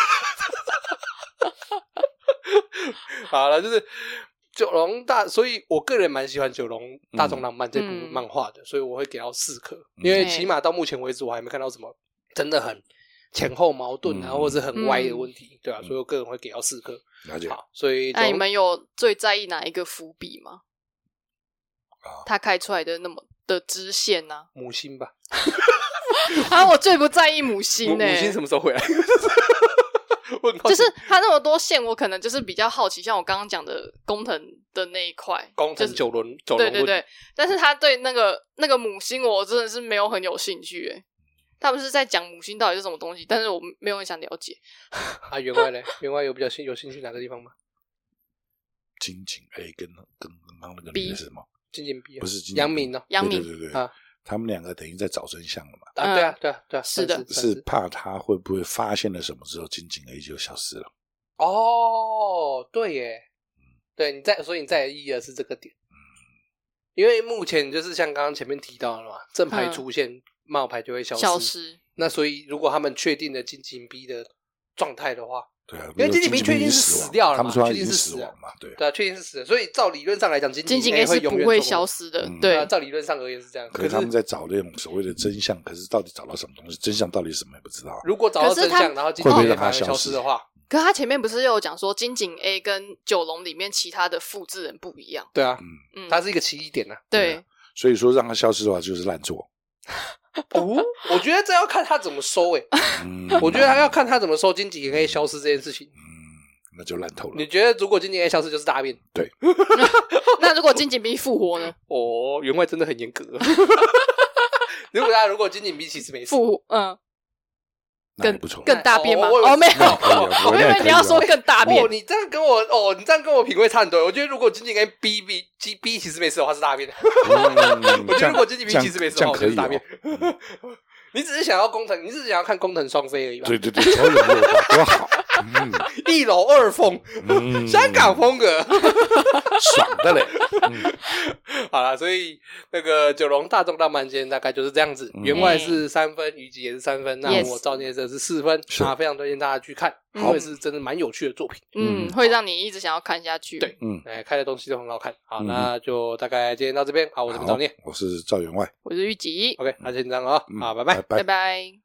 A: 好了，就是九龙所以我个人蛮喜欢九龙大众浪漫这部漫画的，所以我会给到4颗，因为起码到目前为止我还没看到什么真的很前后矛盾啊，或者是很歪的问题，对啊，所以我个人会给到4颗。好，所以
C: 那你们有最在意哪一个伏笔吗？他开出来的那么的支线呢？
A: 母星吧。
C: 啊，我最不在意母星
A: 母星什么时候回来？
C: 就是他那么多线，我可能就是比较好奇，像我刚刚讲的工藤的那一块，
A: 工藤九轮，
C: 对对对。但是他对那个母星，我真的是没有很有兴趣诶。他们是在讲母星到底是什么东西，但是我没有很想了解。
A: 啊，员外嘞？员外有比较有兴趣哪个地方吗？
B: 金井 A 跟刚刚那个女的是什么？
A: 金井 B
B: 不是金井
A: 杨明哦，
C: 杨明
B: 对啊。他们2个等于在找真相了嘛？
A: 对啊，
C: 是的，
B: 是怕他会不会发现了什么之后，金井 A 就消失了。
A: 哦，对耶，对，所以你在意的是这个点，因为目前就是像刚刚前面提到的嘛，正牌出现，冒牌就会消失。那所以如果他们确定了金井 B 的状态的话。
B: 对啊，
A: 因为金井 B 确定是死掉了嘛，
B: 他们说他
A: 确定是
B: 死亡嘛，对
A: 啊，确定是死了，所以照理论上来讲，金井
C: A
A: 会
C: 永远不会消失的，对，
A: 照理论上而言是这样。
B: 可是他们在找那种所谓的真相，可是到底找到什么东西？真相到底是什么也不知道。
A: 如果找到真相，然后金井 A 反而消失的话，
C: 可是他前面不是有讲说金井 A 跟九龙里面其他的复制人不一样？
A: 对啊，它是一个奇异点啊。
C: 对，
B: 所以说让他消失的话就是烂作。
A: 我觉得这要看他怎么收我觉得他要看他怎么收金井 A 消失这件事情。
B: 那就烂透了。
A: 你觉得如果金井 A 消失就是大便？
B: 对。
C: 那如果金井 B 复活呢？
A: 哦，员外真的很严格。如果金井 B 其实没死，
C: 更大便吗？哦，没有，我以为你要说更大便。
A: 你这样跟我品味差很多。我觉得如果金井 A B 其实没死的话是大便。我觉得如果金井 B 其实没死的话就是大便。你只是想要工藤，你只是想要看工藤双飞而已吧？
B: 对，超有味道，多好
A: ！1楼2凤，香港风格，
B: 爽的嘞。
A: 好啦，所以那个九龙大众浪漫间大概就是这样子，员外是3分，虞姬也是3分，那我赵念哲是4分，那非常推荐大家去看，因为是真的蛮有趣的作品，
C: 会让你一直想要看下去。
A: 对，看的东西都很好看。好，那就大概今天到这边。好，我是赵念，
B: 我是赵员外，
C: 我是虞姬。
A: OK，那先这样啊，好，拜拜。
C: 拜拜。